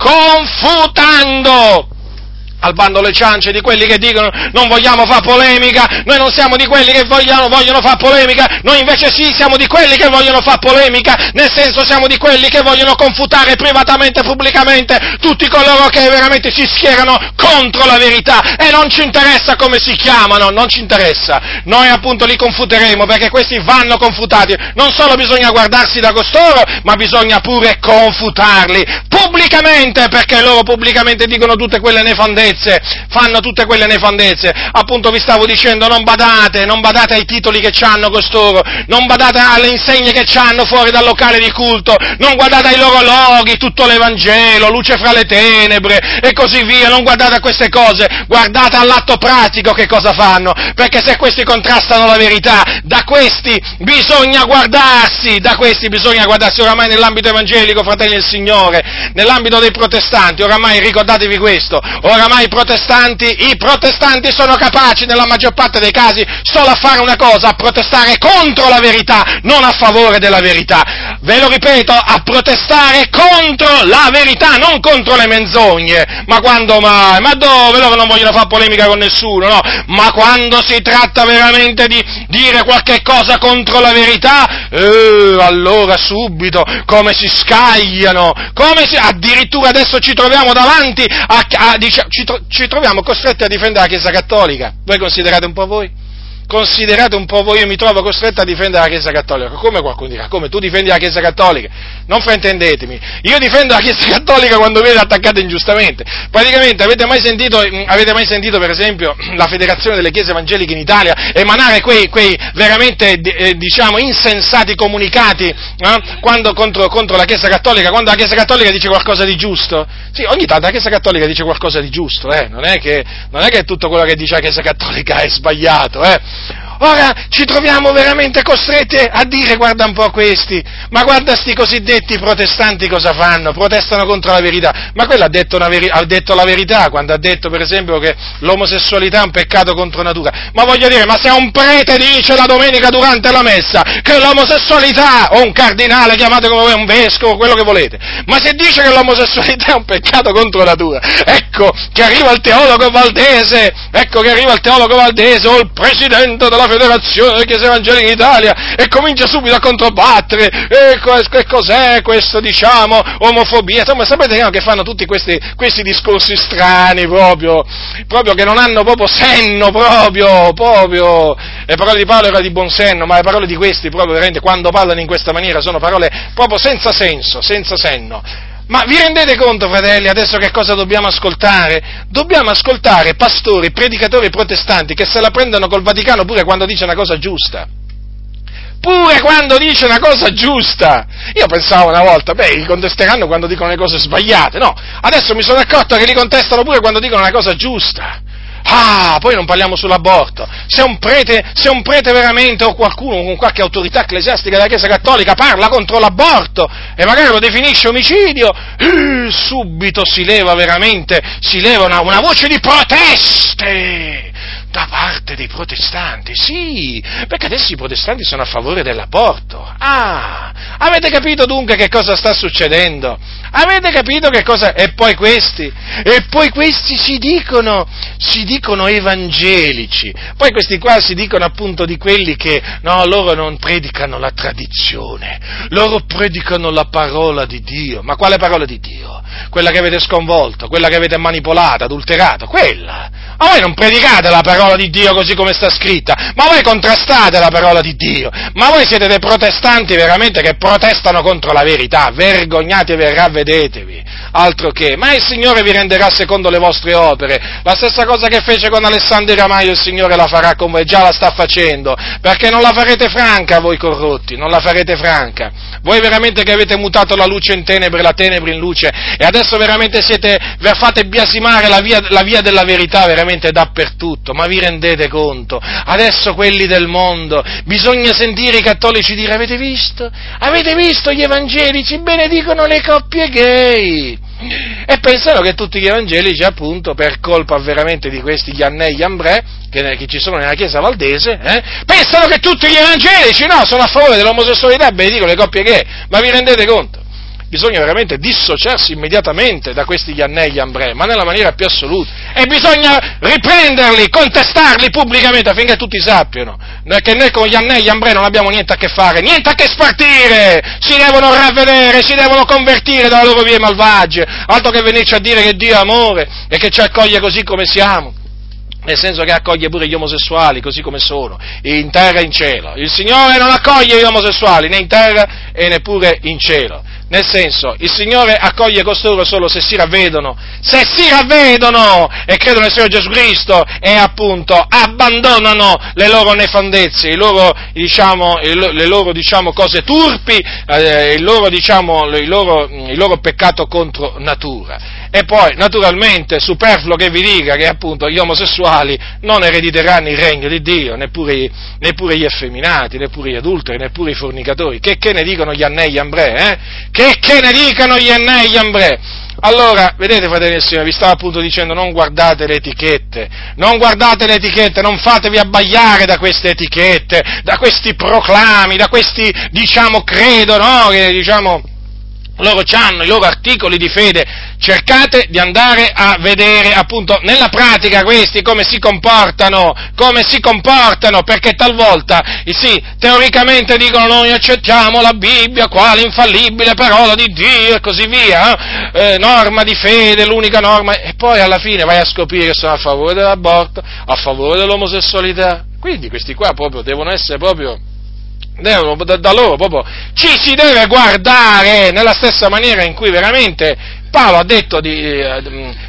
S1: confutando. Al bando le ciance di quelli che dicono non vogliamo fare polemica, noi non siamo di quelli che vogliono, vogliono fare polemica, noi invece sì siamo di quelli che vogliono fare polemica, nel senso siamo di quelli che vogliono confutare privatamente e pubblicamente tutti coloro che veramente si schierano contro la verità, e non ci interessa come si chiamano, non ci interessa, noi appunto li confuteremo, perché questi vanno confutati, non solo bisogna guardarsi da costoro, ma bisogna pure confutarli pubblicamente, perché loro pubblicamente dicono tutte quelle nefandezze, fanno tutte quelle nefandezze. Appunto vi stavo dicendo, non badate, non badate ai titoli che c'hanno costoro, non badate alle insegne che c'hanno fuori dal locale di culto, non guardate ai loro loghi, tutto l'Evangelo, luce fra le tenebre e così via, non guardate a queste cose, guardate all'atto pratico che cosa fanno, perché se questi contrastano la verità, da questi bisogna guardarsi, da questi bisogna guardarsi. Oramai nell'ambito evangelico, fratelli del Signore, nell'ambito dei protestanti, oramai ricordatevi questo, oramai i protestanti, i protestanti sono capaci nella maggior parte dei casi solo a fare una cosa, a protestare contro la verità, non a favore della verità. Ve lo ripeto, a protestare contro la verità, non contro le menzogne. Ma quando mai? Ma dove? Loro non vogliono fare polemica con nessuno, no? Ma quando si tratta veramente di dire qualche cosa contro la verità, eh, allora subito come si scagliano, come si, addirittura adesso ci troviamo davanti a, a diciamo, ci, tro, ci troviamo costretti a difendere la Chiesa Cattolica. Voi considerate un po' voi? Considerate un po' voi, io mi trovo costretto a difendere la Chiesa Cattolica. Come qualcuno dirà? Come tu difendi la Chiesa Cattolica? Non fraintendetemi. Io difendo la Chiesa Cattolica quando viene attaccata ingiustamente. Praticamente avete mai sentito, avete mai sentito per esempio la Federazione delle Chiese Evangeliche in Italia emanare quei, quei veramente eh, diciamo insensati comunicati eh, quando contro, contro la Chiesa Cattolica, quando la Chiesa Cattolica dice qualcosa di giusto? Sì, ogni tanto la Chiesa Cattolica dice qualcosa di giusto, eh, non è che non è che tutto quello che dice la Chiesa Cattolica è sbagliato, eh. ora ci troviamo veramente costretti a dire, guarda un po' questi, ma guarda sti cosiddetti protestanti cosa fanno, protestano contro la verità, ma quello ha detto, una veri- ha detto la verità quando ha detto per esempio che l'omosessualità è un peccato contro natura, ma voglio dire, ma se un prete dice la domenica durante la messa che l'omosessualità, o un cardinale, chiamate come voi, un vescovo, quello che volete, ma se dice che l'omosessualità è un peccato contro natura, ecco che arriva il teologo Valdese, ecco che arriva il teologo Valdese o il presidente della federazione delle chiese evangeliche in Italia e comincia subito a controbattere, e che cos'è questo, diciamo, omofobia, insomma sapete che fanno tutti questi, questi discorsi strani proprio, proprio che non hanno proprio senno, proprio, proprio, le parole di Paolo erano di buon senno, ma le parole di questi proprio veramente quando parlano in questa maniera sono parole proprio senza senso, senza senno. Ma vi rendete conto, fratelli, adesso che cosa dobbiamo ascoltare? Dobbiamo ascoltare pastori, predicatori protestanti che se la prendono col Vaticano pure quando dice una cosa giusta. Pure quando dice una cosa giusta! Io pensavo una volta, beh, li contesteranno quando dicono le cose sbagliate, no? Adesso mi sono accorto che li contestano pure quando dicono una cosa giusta. Ah, poi non parliamo sull'aborto. Se un prete, se un prete veramente o qualcuno con qualche autorità ecclesiastica della Chiesa Cattolica parla contro l'aborto e magari lo definisce omicidio, eh, subito si leva veramente, si leva una, una voce di proteste da parte dei protestanti, sì, perché adesso i protestanti sono a favore dell'aborto. Ah, avete capito dunque che cosa sta succedendo? Avete capito che cosa? E poi questi, e poi questi si dicono, si dicono evangelici, poi questi qua si dicono appunto di quelli che, no, loro non predicano la tradizione, loro predicano la parola di Dio. Ma quale parola di Dio? Quella che avete sconvolto, quella che avete manipolato, adulterato, quella. Ma voi non predicate la parola di Dio così come sta scritta, ma voi contrastate la parola di Dio, ma voi siete dei protestanti veramente che protestano contro la verità, vergognatevi e ravvedetevi, altro che, ma il Signore vi renderà secondo le vostre opere, la stessa cosa che fece con Alessandro Ramaio il Signore la farà con voi, già la sta facendo, perché non la farete franca voi corrotti, non la farete franca, voi veramente che avete mutato la luce in tenebre, la tenebre in luce, e adesso veramente siete, fate biasimare la via, la via della verità veramente dappertutto, ma vi rendete conto? Adesso quelli del mondo, bisogna sentire i cattolici dire, avete visto? Avete visto gli evangelici? Benedicono le coppie gay! E pensano che tutti gli evangelici, appunto, per colpa veramente di questi Iannè Iambrè, che, che ci sono nella Chiesa Valdese, eh, pensano che tutti gli evangelici, no, sono a favore dell'omosessualità e benedicono le coppie gay, ma vi rendete conto? Bisogna veramente dissociarsi immediatamente da questi Iannè Iambrè, ma nella maniera più assoluta, e bisogna riprenderli, contestarli pubblicamente affinché tutti sappiano che noi con Iannè Iambrè non abbiamo niente a che fare, niente a che spartire, si devono ravvedere, si devono convertire dalle loro vie malvagie, altro che venirci a dire che Dio è amore e che ci accoglie così come siamo. Nel senso che accoglie pure gli omosessuali così come sono, in terra e in cielo. Il Signore non accoglie gli omosessuali né in terra e neppure in cielo. Nel senso, il Signore accoglie costoro solo se si ravvedono, se si ravvedono e credono nel Signore Gesù Cristo e appunto abbandonano le loro nefandezze, i loro, diciamo, le loro diciamo, cose turpi, eh, il, loro, diciamo, il, loro, il loro peccato contro natura. E poi, naturalmente, superfluo che vi dica che appunto gli omosessuali non erediteranno il regno di Dio, neppure, neppure gli effeminati, neppure gli adulteri, neppure i fornicatori. Che, che ne dicono gli Iannè Iambrè, eh? Che, che ne dicono gli Iannè Iambrè? Allora, vedete, fratelli e signori, vi stavo appunto dicendo, non guardate le etichette, non guardate le etichette, non fatevi abbagliare da queste etichette, da questi proclami, da questi, diciamo, credo, no, che, diciamo, loro hanno i loro articoli di fede, cercate di andare a vedere appunto nella pratica questi come si comportano, come si comportano, perché talvolta, sì, teoricamente dicono noi accettiamo la Bibbia quale infallibile parola di Dio e così via, eh, norma di fede, l'unica norma, e poi alla fine vai a scoprire che sono a favore dell'aborto, a favore dell'omosessualità, quindi questi qua proprio devono essere proprio... Devono, da, da loro proprio ci si deve guardare nella stessa maniera in cui veramente Paolo ha detto di,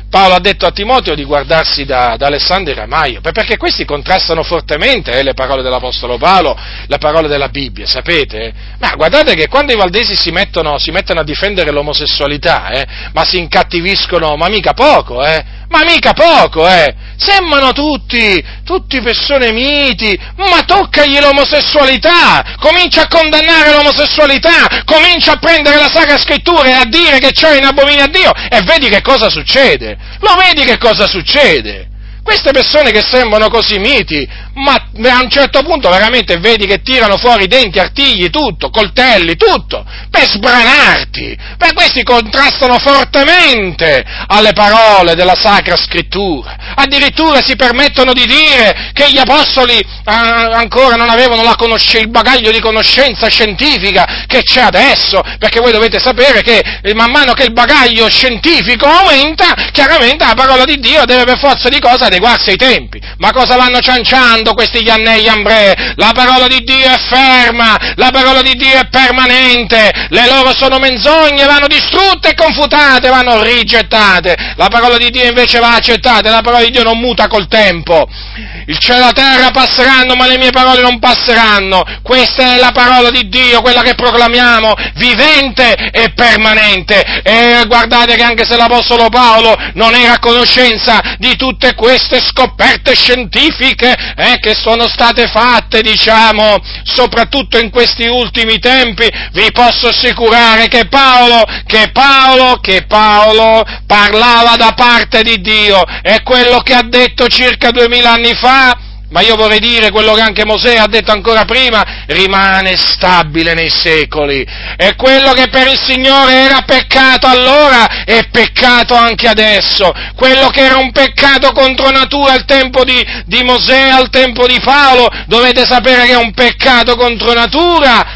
S1: Paolo ha detto a Timoteo di guardarsi da, da Alessandro e Ramaio, perché questi contrastano fortemente eh, le parole dell'Apostolo Paolo, le parole della Bibbia, sapete? Ma guardate che quando i valdesi si mettono, si mettono a difendere l'omosessualità, eh, ma si incattiviscono, ma mica poco, eh, ma mica poco, eh, sembrano tutti, tutti persone miti, ma toccagli l'omosessualità, comincia a condannare l'omosessualità, comincia a prendere la Sacra Scrittura e a dire che ciò è in abominio a Dio, e vedi che cosa succede, lo vedi che cosa succede? Queste persone che sembrano così miti, ma a un certo punto veramente vedi che tirano fuori denti, artigli, tutto, coltelli, tutto, per sbranarti, per questi contrastano fortemente alle parole della Sacra Scrittura, addirittura si permettono di dire che gli apostoli eh, ancora non avevano la conosc- il bagaglio di conoscenza scientifica che c'è adesso, perché voi dovete sapere che eh, man mano che il bagaglio scientifico aumenta, chiaramente la parola di Dio deve per forza di cosa adeguarsi ai tempi. Ma cosa vanno cianciando questi Iannei Iambrè? La parola di Dio è ferma, la parola di Dio è permanente, le loro sono menzogne, vanno distrutte e confutate, vanno rigettate, la parola di Dio invece va accettata, la parola di Dio non muta col tempo. Il cielo e la terra passeranno, ma le mie parole non passeranno. Questa è la parola di Dio, quella che proclamiamo, vivente e permanente. E guardate che anche se l'Apostolo Paolo non era a conoscenza di tutte queste scoperte scientifiche eh, che sono state fatte, diciamo, soprattutto in questi ultimi tempi, vi posso assicurare che Paolo, che Paolo, che Paolo parlava da parte di Dio, è quello che ha detto circa duemila anni fa. Ma io vorrei dire quello che anche Mosè ha detto ancora prima, rimane stabile nei secoli. E quello che per il Signore era peccato allora è peccato anche adesso. Quello che era un peccato contro natura al tempo di, di Mosè, al tempo di Paolo, dovete sapere che è un peccato contro natura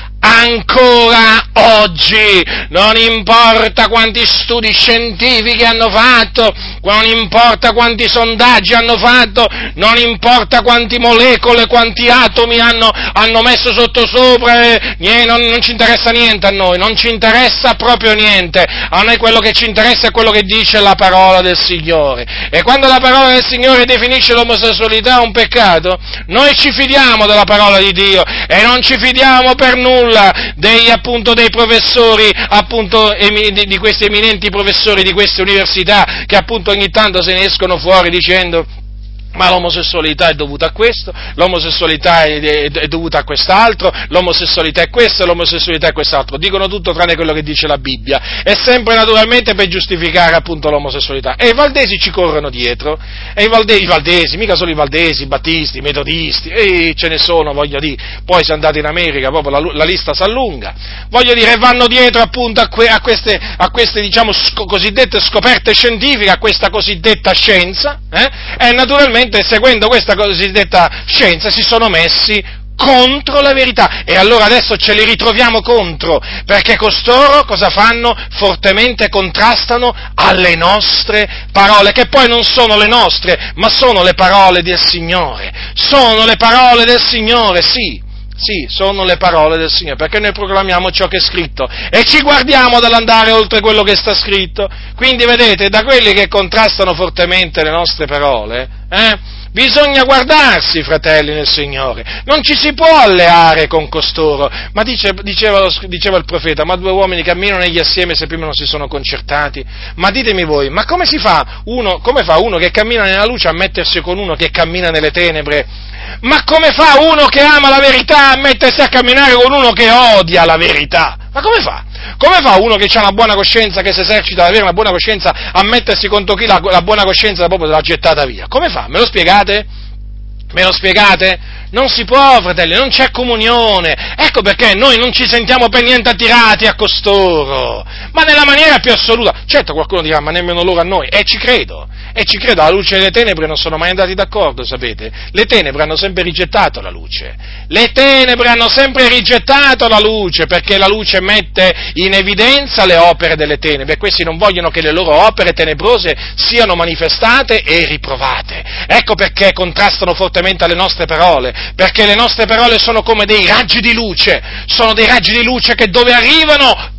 S1: ancora oggi. Non importa quanti studi scientifici hanno fatto, non importa quanti sondaggi hanno fatto, non importa quanti molecole, quanti atomi hanno, hanno messo sottosopra, eh, non, non ci interessa niente a noi, non ci interessa proprio niente. A noi quello che ci interessa è quello che dice la parola del Signore. E quando la parola del Signore definisce l'omosessualità un peccato, noi ci fidiamo della parola di Dio e non ci fidiamo per nulla dei, appunto, dei professori, appunto, emi, di, di questi eminenti professori di queste università, che appunto ogni tanto se ne escono fuori dicendo: ma l'omosessualità è dovuta a questo, l'omosessualità è, è, è dovuta a quest'altro, l'omosessualità è questo, l'omosessualità è quest'altro. Dicono tutto tranne quello che dice la Bibbia, e sempre naturalmente per giustificare appunto l'omosessualità. E i valdesi ci corrono dietro, e i valdesi, i valdesi mica solo i valdesi, i battisti, i metodisti, e ce ne sono, voglio dire, poi se andate in America proprio la, la lista si allunga, voglio dire, vanno dietro appunto a, que, a queste, a queste diciamo sco, cosiddette scoperte scientifiche, a questa cosiddetta scienza, eh? E naturalmente seguendo questa cosiddetta scienza si sono messi contro la verità, e allora adesso ce li ritroviamo contro, perché costoro cosa fanno? Fortemente contrastano alle nostre parole, che poi non sono le nostre, ma sono le parole del Signore, sono le parole del Signore, sì. Sì, sono le parole del Signore, perché noi proclamiamo ciò che è scritto e ci guardiamo dall'andare oltre quello che sta scritto. Quindi vedete, da quelli che contrastano fortemente le nostre parole, eh, bisogna guardarsi, fratelli nel Signore, non ci si può alleare con costoro. Ma dice, diceva, diceva il profeta: ma due uomini camminano negli assieme se prima non si sono concertati? Ma ditemi voi, ma come si fa uno, come fa uno che cammina nella luce a mettersi con uno che cammina nelle tenebre? Ma come fa uno che ama la verità a mettersi a camminare con uno che odia la verità? Ma come fa? Come fa uno che ha una buona coscienza, che si esercita ad avere una buona coscienza, a mettersi contro chi la, la buona coscienza proprio l'ha gettata via? Come fa? Me lo spiegate? Me lo spiegate? Non si può, fratelli, non c'è comunione. Ecco perché noi non ci sentiamo per niente attirati a costoro, ma nella maniera più assoluta. Certo, qualcuno dirà: ma nemmeno loro a noi. E ci credo, e ci credo, la luce e le tenebre non sono mai andati d'accordo, sapete? Le tenebre hanno sempre rigettato la luce. Le tenebre hanno sempre rigettato la luce, perché la luce mette in evidenza le opere delle tenebre, e questi non vogliono che le loro opere tenebrose siano manifestate e riprovate. Ecco perché contrastano fortemente alle nostre parole, perché le nostre parole sono come dei raggi di luce, sono dei raggi di luce che dove arrivano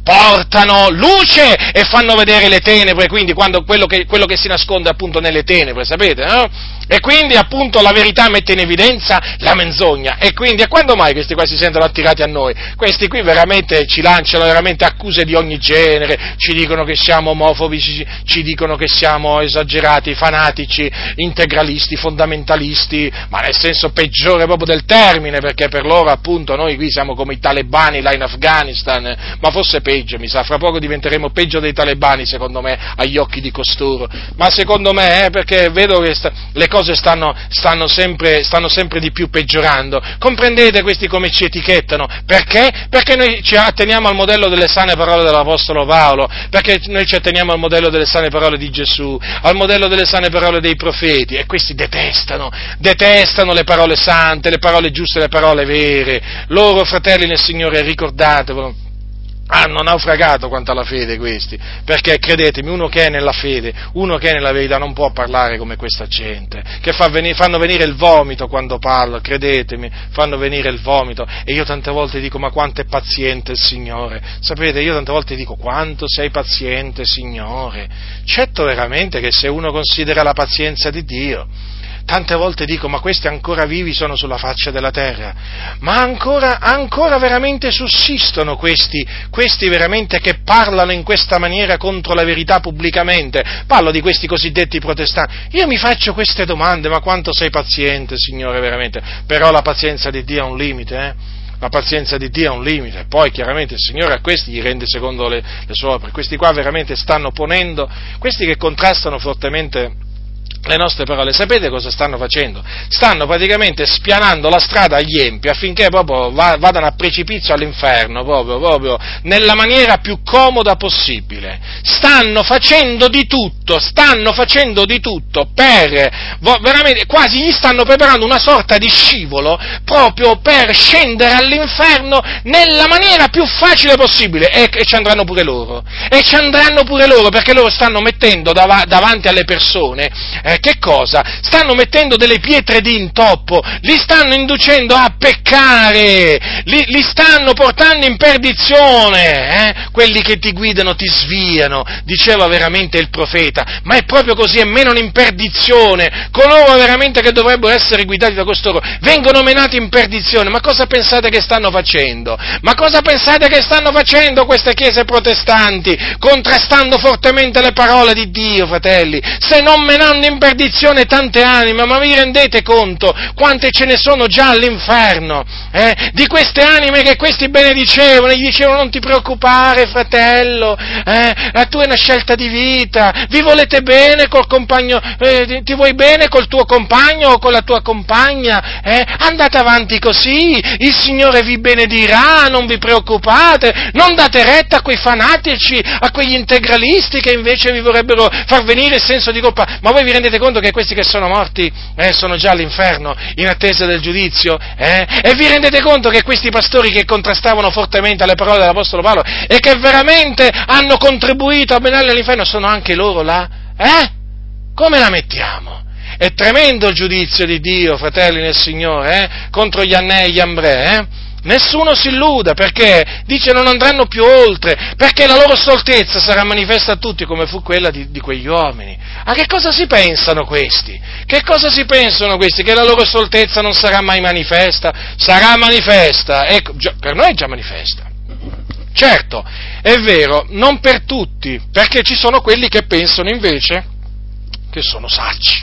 S1: portano luce e fanno vedere le tenebre, quindi quando quello che, quello che si nasconde appunto nelle tenebre, sapete, no? E quindi appunto la verità mette in evidenza la menzogna, e quindi a quando mai questi qua si sentono attirati a noi? Questi qui veramente ci lanciano veramente accuse di ogni genere, ci dicono che siamo omofobi, ci, ci dicono che siamo esagerati, fanatici, integralisti, fondamentalisti, ma nel senso peggiore proprio del termine, perché per loro appunto noi qui siamo come i talebani là in Afghanistan, ma forse peggio, mi sa, fra poco diventeremo peggio dei talebani secondo me agli occhi di costoro, ma secondo me, eh, perché vedo che sta, le cose stanno, stanno, sempre, stanno sempre di più peggiorando. Comprendete questi come ci etichettano? Perché? Perché noi ci atteniamo al modello delle sane parole dell'Apostolo Paolo, perché noi ci atteniamo al modello delle sane parole di Gesù, al modello delle sane parole dei profeti, e questi detestano, detestano le parole sante, le parole giuste, le parole vere. Loro, fratelli nel Signore, ricordatevelo, hanno naufragato quanto alla fede questi, perché credetemi, uno che è nella fede, uno che è nella verità non può parlare come questa gente, che fa venire, fanno venire il vomito quando parla, credetemi, fanno venire il vomito, e io tante volte dico, ma quanto è paziente il Signore, sapete, io tante volte dico, quanto sei paziente Signore, certo veramente che se uno considera la pazienza di Dio, tante volte dico, ma questi ancora vivi sono sulla faccia della terra, ma ancora, ancora veramente sussistono questi, questi veramente che parlano in questa maniera contro la verità pubblicamente, parlo di questi cosiddetti protestanti, io mi faccio queste domande, ma quanto sei paziente Signore veramente, però la pazienza di Dio ha un limite, eh? La pazienza di Dio ha un limite, poi chiaramente il Signore a questi gli rende secondo le, le sue opere, questi qua veramente stanno ponendo, questi che contrastano fortemente le nostre parole, sapete cosa stanno facendo? Stanno praticamente spianando la strada agli empi affinché proprio va, vadano a precipizio all'inferno, proprio, proprio nella maniera più comoda possibile. Stanno facendo di tutto, stanno facendo di tutto per, veramente, quasi gli stanno preparando una sorta di scivolo proprio per scendere all'inferno nella maniera più facile possibile, e, e ci andranno pure loro, e ci andranno pure loro, perché loro stanno mettendo dav- davanti alle persone, eh, che cosa? Stanno mettendo delle pietre di intoppo, li stanno inducendo a peccare, li, li stanno portando in perdizione, eh? Quelli che ti guidano ti sviano, diceva veramente il profeta, ma è proprio così, e menano in perdizione, coloro veramente che dovrebbero essere guidati da costoro, vengono menati in perdizione. Ma cosa pensate che stanno facendo? Ma cosa pensate che stanno facendo queste chiese protestanti, contrastando fortemente le parole di Dio, fratelli, se non menando in perdizione tante anime? Ma vi rendete conto quante ce ne sono già all'inferno, eh? Di queste anime che questi benedicevano, gli dicevano: non ti preoccupare fratello, eh? La tua è una scelta di vita, vi volete bene col compagno, eh, ti vuoi bene col tuo compagno o con la tua compagna, eh? Andate avanti così, il Signore vi benedirà, non vi preoccupate, non date retta a quei fanatici, a quegli integralisti che invece vi vorrebbero far venire il senso di colpa. Ma voi vi rendete conto che questi che sono morti eh, sono già all'inferno in attesa del giudizio? Eh? E vi rendete conto che questi pastori che contrastavano fortemente alle parole dell'Apostolo Paolo e che veramente hanno contribuito a menarli all'inferno sono anche loro là? Eh? Come la mettiamo? È tremendo il giudizio di Dio, fratelli nel Signore, eh? Contro gli Annè e gli Ambrè, eh? Nessuno si illuda, perché dice non andranno più oltre, perché la loro stoltezza sarà manifesta a tutti come fu quella di, di quegli uomini. A che cosa si pensano questi? Che cosa si pensano questi? Che la loro stoltezza non sarà mai manifesta? Sarà manifesta, ecco, per noi è già manifesta. Certo, è vero, non per tutti, perché ci sono quelli che pensano invece che sono saggi,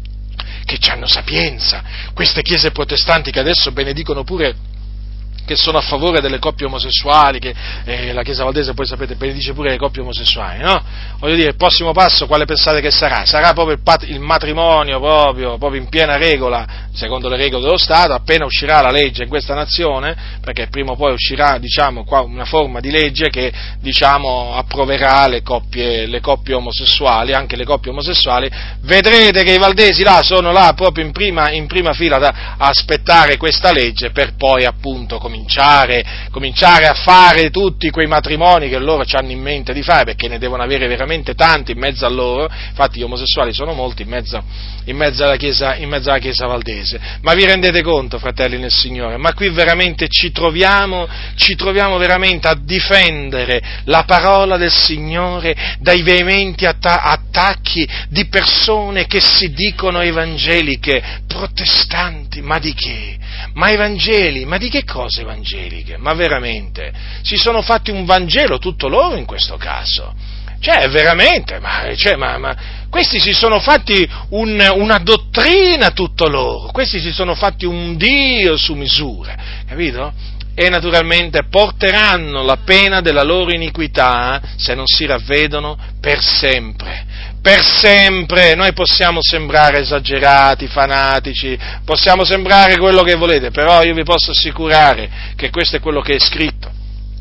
S1: che hanno sapienza, queste chiese protestanti che adesso benedicono pure, che sono a favore delle coppie omosessuali, che eh, la Chiesa Valdese poi sapete benedice pure le coppie omosessuali, no? Voglio dire, il prossimo passo quale pensate che sarà? Sarà proprio il, pat- il matrimonio proprio, proprio in piena regola, secondo le regole dello Stato, appena uscirà la legge in questa nazione, perché prima o poi uscirà, diciamo, qua una forma di legge che, diciamo, approverà le coppie, le coppie omosessuali, anche le coppie omosessuali, vedrete che i valdesi là sono là proprio in prima, in prima fila da, a aspettare questa legge per poi appunto cominciare cominciare, cominciare a fare tutti quei matrimoni che loro hanno in mente di fare, perché ne devono avere veramente tanti in mezzo a loro. Infatti gli omosessuali sono molti in mezzo, in mezzo alla Chiesa, in mezzo alla Chiesa valdese. Ma vi rendete conto, fratelli nel Signore? Ma qui veramente ci troviamo, ci troviamo veramente a difendere la parola del Signore dai veementi atta- attacchi di persone che si dicono evangeliche, protestanti. Ma di che? Ma evangeli? Ma di che cose evangeliche? Ma veramente? Si sono fatti un Vangelo tutto loro in questo caso. Cioè, veramente, ma, cioè, ma, ma questi si sono fatti un, una dottrina tutto loro, questi si sono fatti un Dio su misura, capito? E naturalmente porteranno la pena della loro iniquità, se non si ravvedono, per sempre. Per sempre. Noi possiamo sembrare esagerati, fanatici, possiamo sembrare quello che volete, però io vi posso assicurare che questo è quello che è scritto.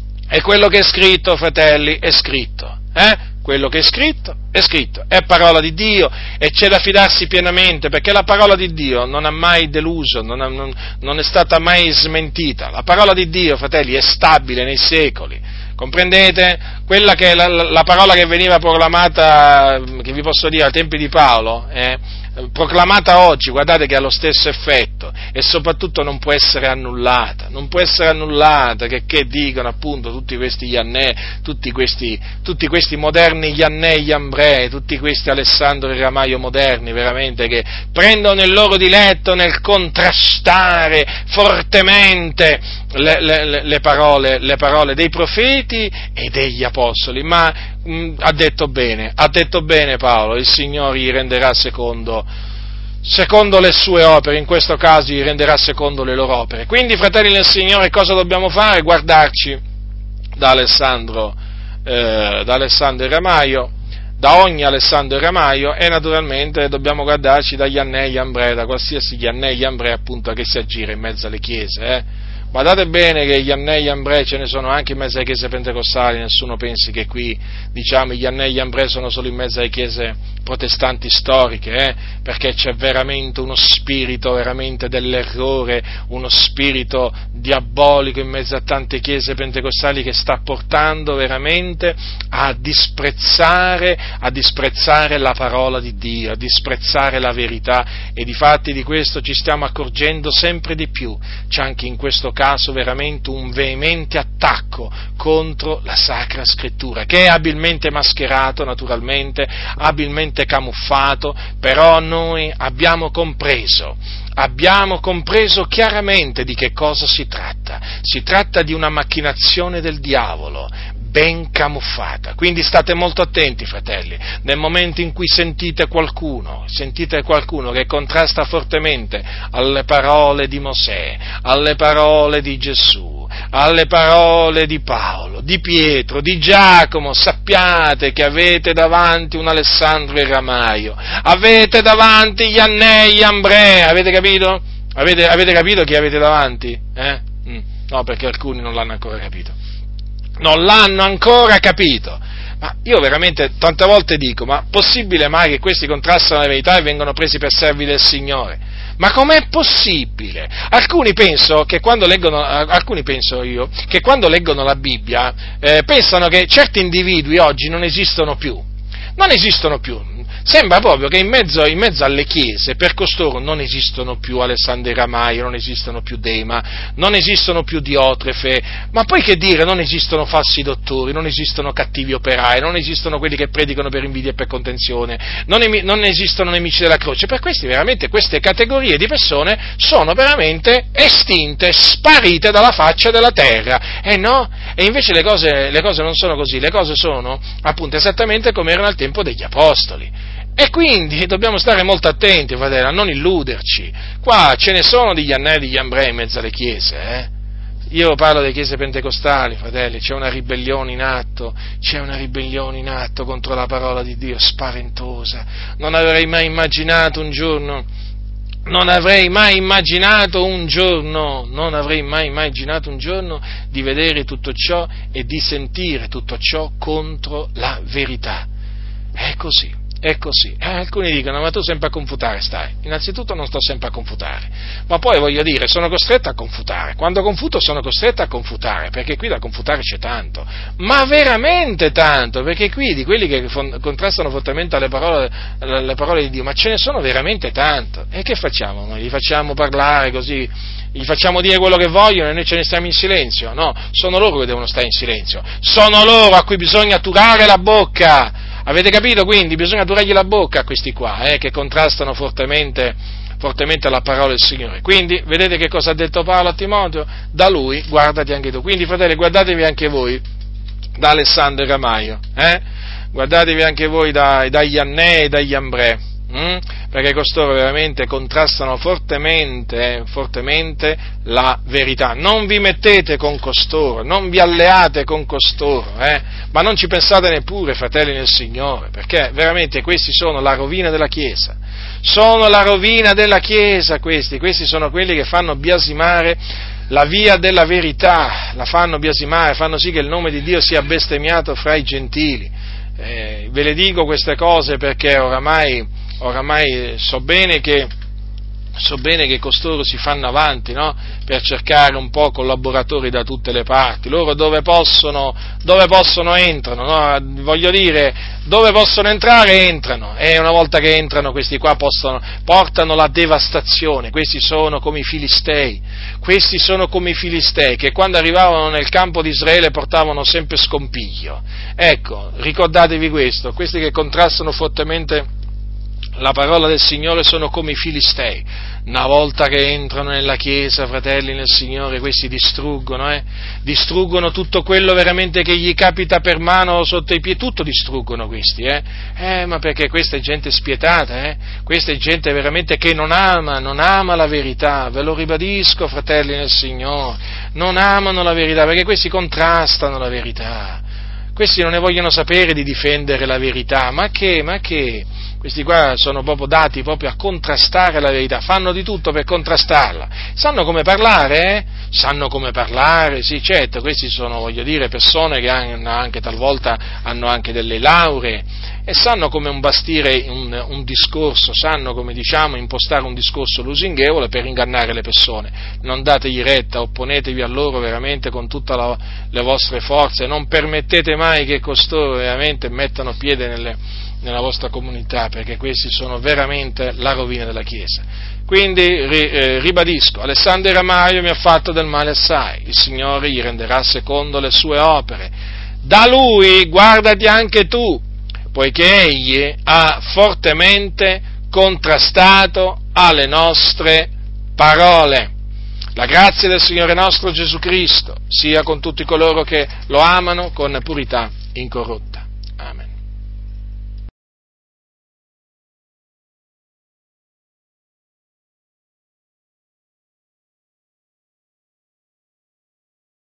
S1: E quello che è scritto, fratelli, è scritto, eh? Quello che è scritto, è scritto, è parola di Dio e c'è da fidarsi pienamente, perché la parola di Dio non ha mai deluso, non, ha, non, non è stata mai smentita. La parola di Dio, fratelli, è stabile nei secoli, comprendete? Quella che la, la parola che veniva proclamata, che vi posso dire, ai tempi di Paolo, eh, proclamata oggi, guardate che ha lo stesso effetto e soprattutto non può essere annullata, non può essere annullata, che, che dicono appunto tutti questi Iannè, tutti questi, tutti questi moderni Iannè e Iambrei, tutti questi Alessandro e Ramaio moderni, veramente, che prendono il loro diletto nel contrastare fortemente le, le, le, parole, le parole dei profeti e degli apostoli, ma mh, ha detto bene, ha detto bene Paolo, il Signore gli renderà secondo, secondo le sue opere, in questo caso gli renderà secondo le loro opere. Quindi, fratelli del Signore, cosa dobbiamo fare? Guardarci da Alessandro, eh, da Alessandro e Ramaio, da ogni Alessandro e Ramaio, e naturalmente dobbiamo guardarci da Iannè e Iambrei, da qualsiasi Iannè e Iambrei appunto che si aggira in mezzo alle chiese, eh. Guardate bene che gli Iannè e gli Iambrei ce ne sono anche in mezzo alle chiese pentecostali, nessuno pensi che qui, diciamo, gli Iannè e gli Iambrei sono solo in mezzo alle chiese protestanti storiche, eh? Perché c'è veramente uno spirito veramente dell'errore, uno spirito diabolico in mezzo a tante chiese pentecostali che sta portando veramente a disprezzare, a disprezzare la parola di Dio, a disprezzare la verità, e difatti di questo ci stiamo accorgendo sempre di più. C'è anche in questo caso veramente un veemente attacco contro la Sacra Scrittura, che è abilmente mascherato, naturalmente, abilmente camuffato, però noi abbiamo compreso, abbiamo compreso chiaramente di che cosa si tratta. Si tratta di una macchinazione del diavolo, ben camuffata. Quindi state molto attenti, fratelli, nel momento in cui sentite qualcuno, sentite qualcuno che contrasta fortemente alle parole di Mosè, alle parole di Gesù, alle parole di Paolo, di Pietro, di Giacomo, sappiate che avete davanti un Alessandro e Ramaio, avete davanti Iannè e Iambrei, avete capito? Avete, avete capito chi avete davanti? Eh? Mm. No, perché alcuni non l'hanno ancora capito. Non l'hanno ancora capito. Ma io veramente tante volte dico, ma possibile mai che questi contrastano la verità e vengono presi per servi del Signore? Ma com'è possibile? Alcuni penso che quando leggono, alcuni penso io, che quando leggono la Bibbia, eh, pensano che certi individui oggi non esistono più. Non esistono più. Sembra proprio che in mezzo, in mezzo alle chiese, per costoro non esistono più Alessandro e Ramaio, non esistono più Dema, non esistono più Diotrefe, ma poi che dire, non esistono falsi dottori, non esistono cattivi operai, non esistono quelli che predicano per invidia e per contenzione, non, emi, non esistono nemici della croce. Per questi veramente queste categorie di persone sono veramente estinte, sparite dalla faccia della terra. E no? E invece le cose, le cose non sono così, le cose sono appunto esattamente come erano al tempo degli Apostoli. E quindi dobbiamo stare molto attenti, fratelli, a non illuderci. Qua ce ne sono di Iannè e di Iambrei in mezzo alle chiese, eh? Io parlo delle chiese pentecostali, fratelli, c'è una ribellione in atto, c'è una ribellione in atto contro la parola di Dio, spaventosa. Non avrei mai immaginato un giorno, non avrei mai immaginato un giorno, non avrei mai immaginato un giorno di vedere tutto ciò e di sentire tutto ciò contro la verità. È così. è così. Eh, alcuni dicono, ma tu sempre a confutare stai. Innanzitutto non sto sempre a confutare, ma poi voglio dire, sono costretto a confutare. Quando confuto sono costretto a confutare, perché qui da confutare c'è tanto, ma veramente tanto, perché qui di quelli che contrastano fortemente alle parole, alle parole di Dio, ma ce ne sono veramente tanto. E che facciamo? Noi li facciamo parlare così, gli facciamo dire quello che vogliono e noi ce ne stiamo in silenzio? No, sono loro che devono stare in silenzio, sono loro a cui bisogna turare la bocca. Avete capito? Quindi bisogna turargli la bocca a questi qua, eh, che contrastano fortemente, fortemente la parola del Signore. Quindi, vedete che cosa ha detto Paolo a Timoteo? Da lui, guardati anche tu. Quindi, fratelli, guardatevi anche voi da Alessandro e Ramaio, eh? Guardatevi anche voi da, da Iannè e da Iambrè, hm? Perché costoro veramente contrastano fortemente, eh, fortemente la verità. Non vi mettete con costoro, non vi alleate con costoro, eh? Ma non ci pensate neppure, fratelli nel Signore, perché veramente questi sono la rovina della Chiesa, sono la rovina della Chiesa questi, questi sono quelli che fanno biasimare la via della verità, la fanno biasimare, fanno sì che il nome di Dio sia bestemmiato fra i gentili. Eh, ve le dico queste cose perché oramai, oramai so bene che So bene che costoro si fanno avanti, no? Per cercare un po' collaboratori da tutte le parti. Loro dove possono, dove possono entrano, no? Voglio dire, dove possono entrare entrano, e una volta che entrano questi qua possono, portano la devastazione. Questi sono come i Filistei, questi sono come i Filistei che quando arrivavano nel campo di Israele portavano sempre scompiglio. Ecco, ricordatevi questo, questi che contrastano fortemente la parola del Signore sono come i Filistei. Una volta che entrano nella Chiesa, fratelli nel Signore, questi distruggono, eh? distruggono tutto quello veramente che gli capita per mano sotto i piedi, tutto distruggono questi, eh? Eh, ma perché questa è gente spietata, eh? Questa è gente veramente che non ama, non ama la verità, ve lo ribadisco, fratelli nel Signore, non amano la verità, perché questi contrastano la verità. Questi non ne vogliono sapere di difendere la verità, ma che, ma che? Questi qua sono proprio dati proprio a contrastare la verità, fanno di tutto per contrastarla. Sanno come parlare, eh? Sanno come parlare, sì, certo, questi sono, voglio dire, persone che hanno anche talvolta hanno anche delle lauree e sanno come imbastire un, un discorso, sanno come, diciamo, impostare un discorso lusinghevole per ingannare le persone. Non dategli retta, opponetevi a loro veramente con tutte le vostre forze, non permettete mai che costoro veramente mettano piede nelle, nella vostra comunità, perché questi sono veramente la rovina della Chiesa. Quindi ri, eh, ribadisco, Alessandro Ramaio mi ha fatto del male assai, il Signore gli renderà secondo le sue opere. Da lui guardati anche tu, poiché egli ha fortemente contrastato alle nostre parole. La grazia del Signore nostro Gesù Cristo sia con tutti coloro che lo amano con purità incorrotta.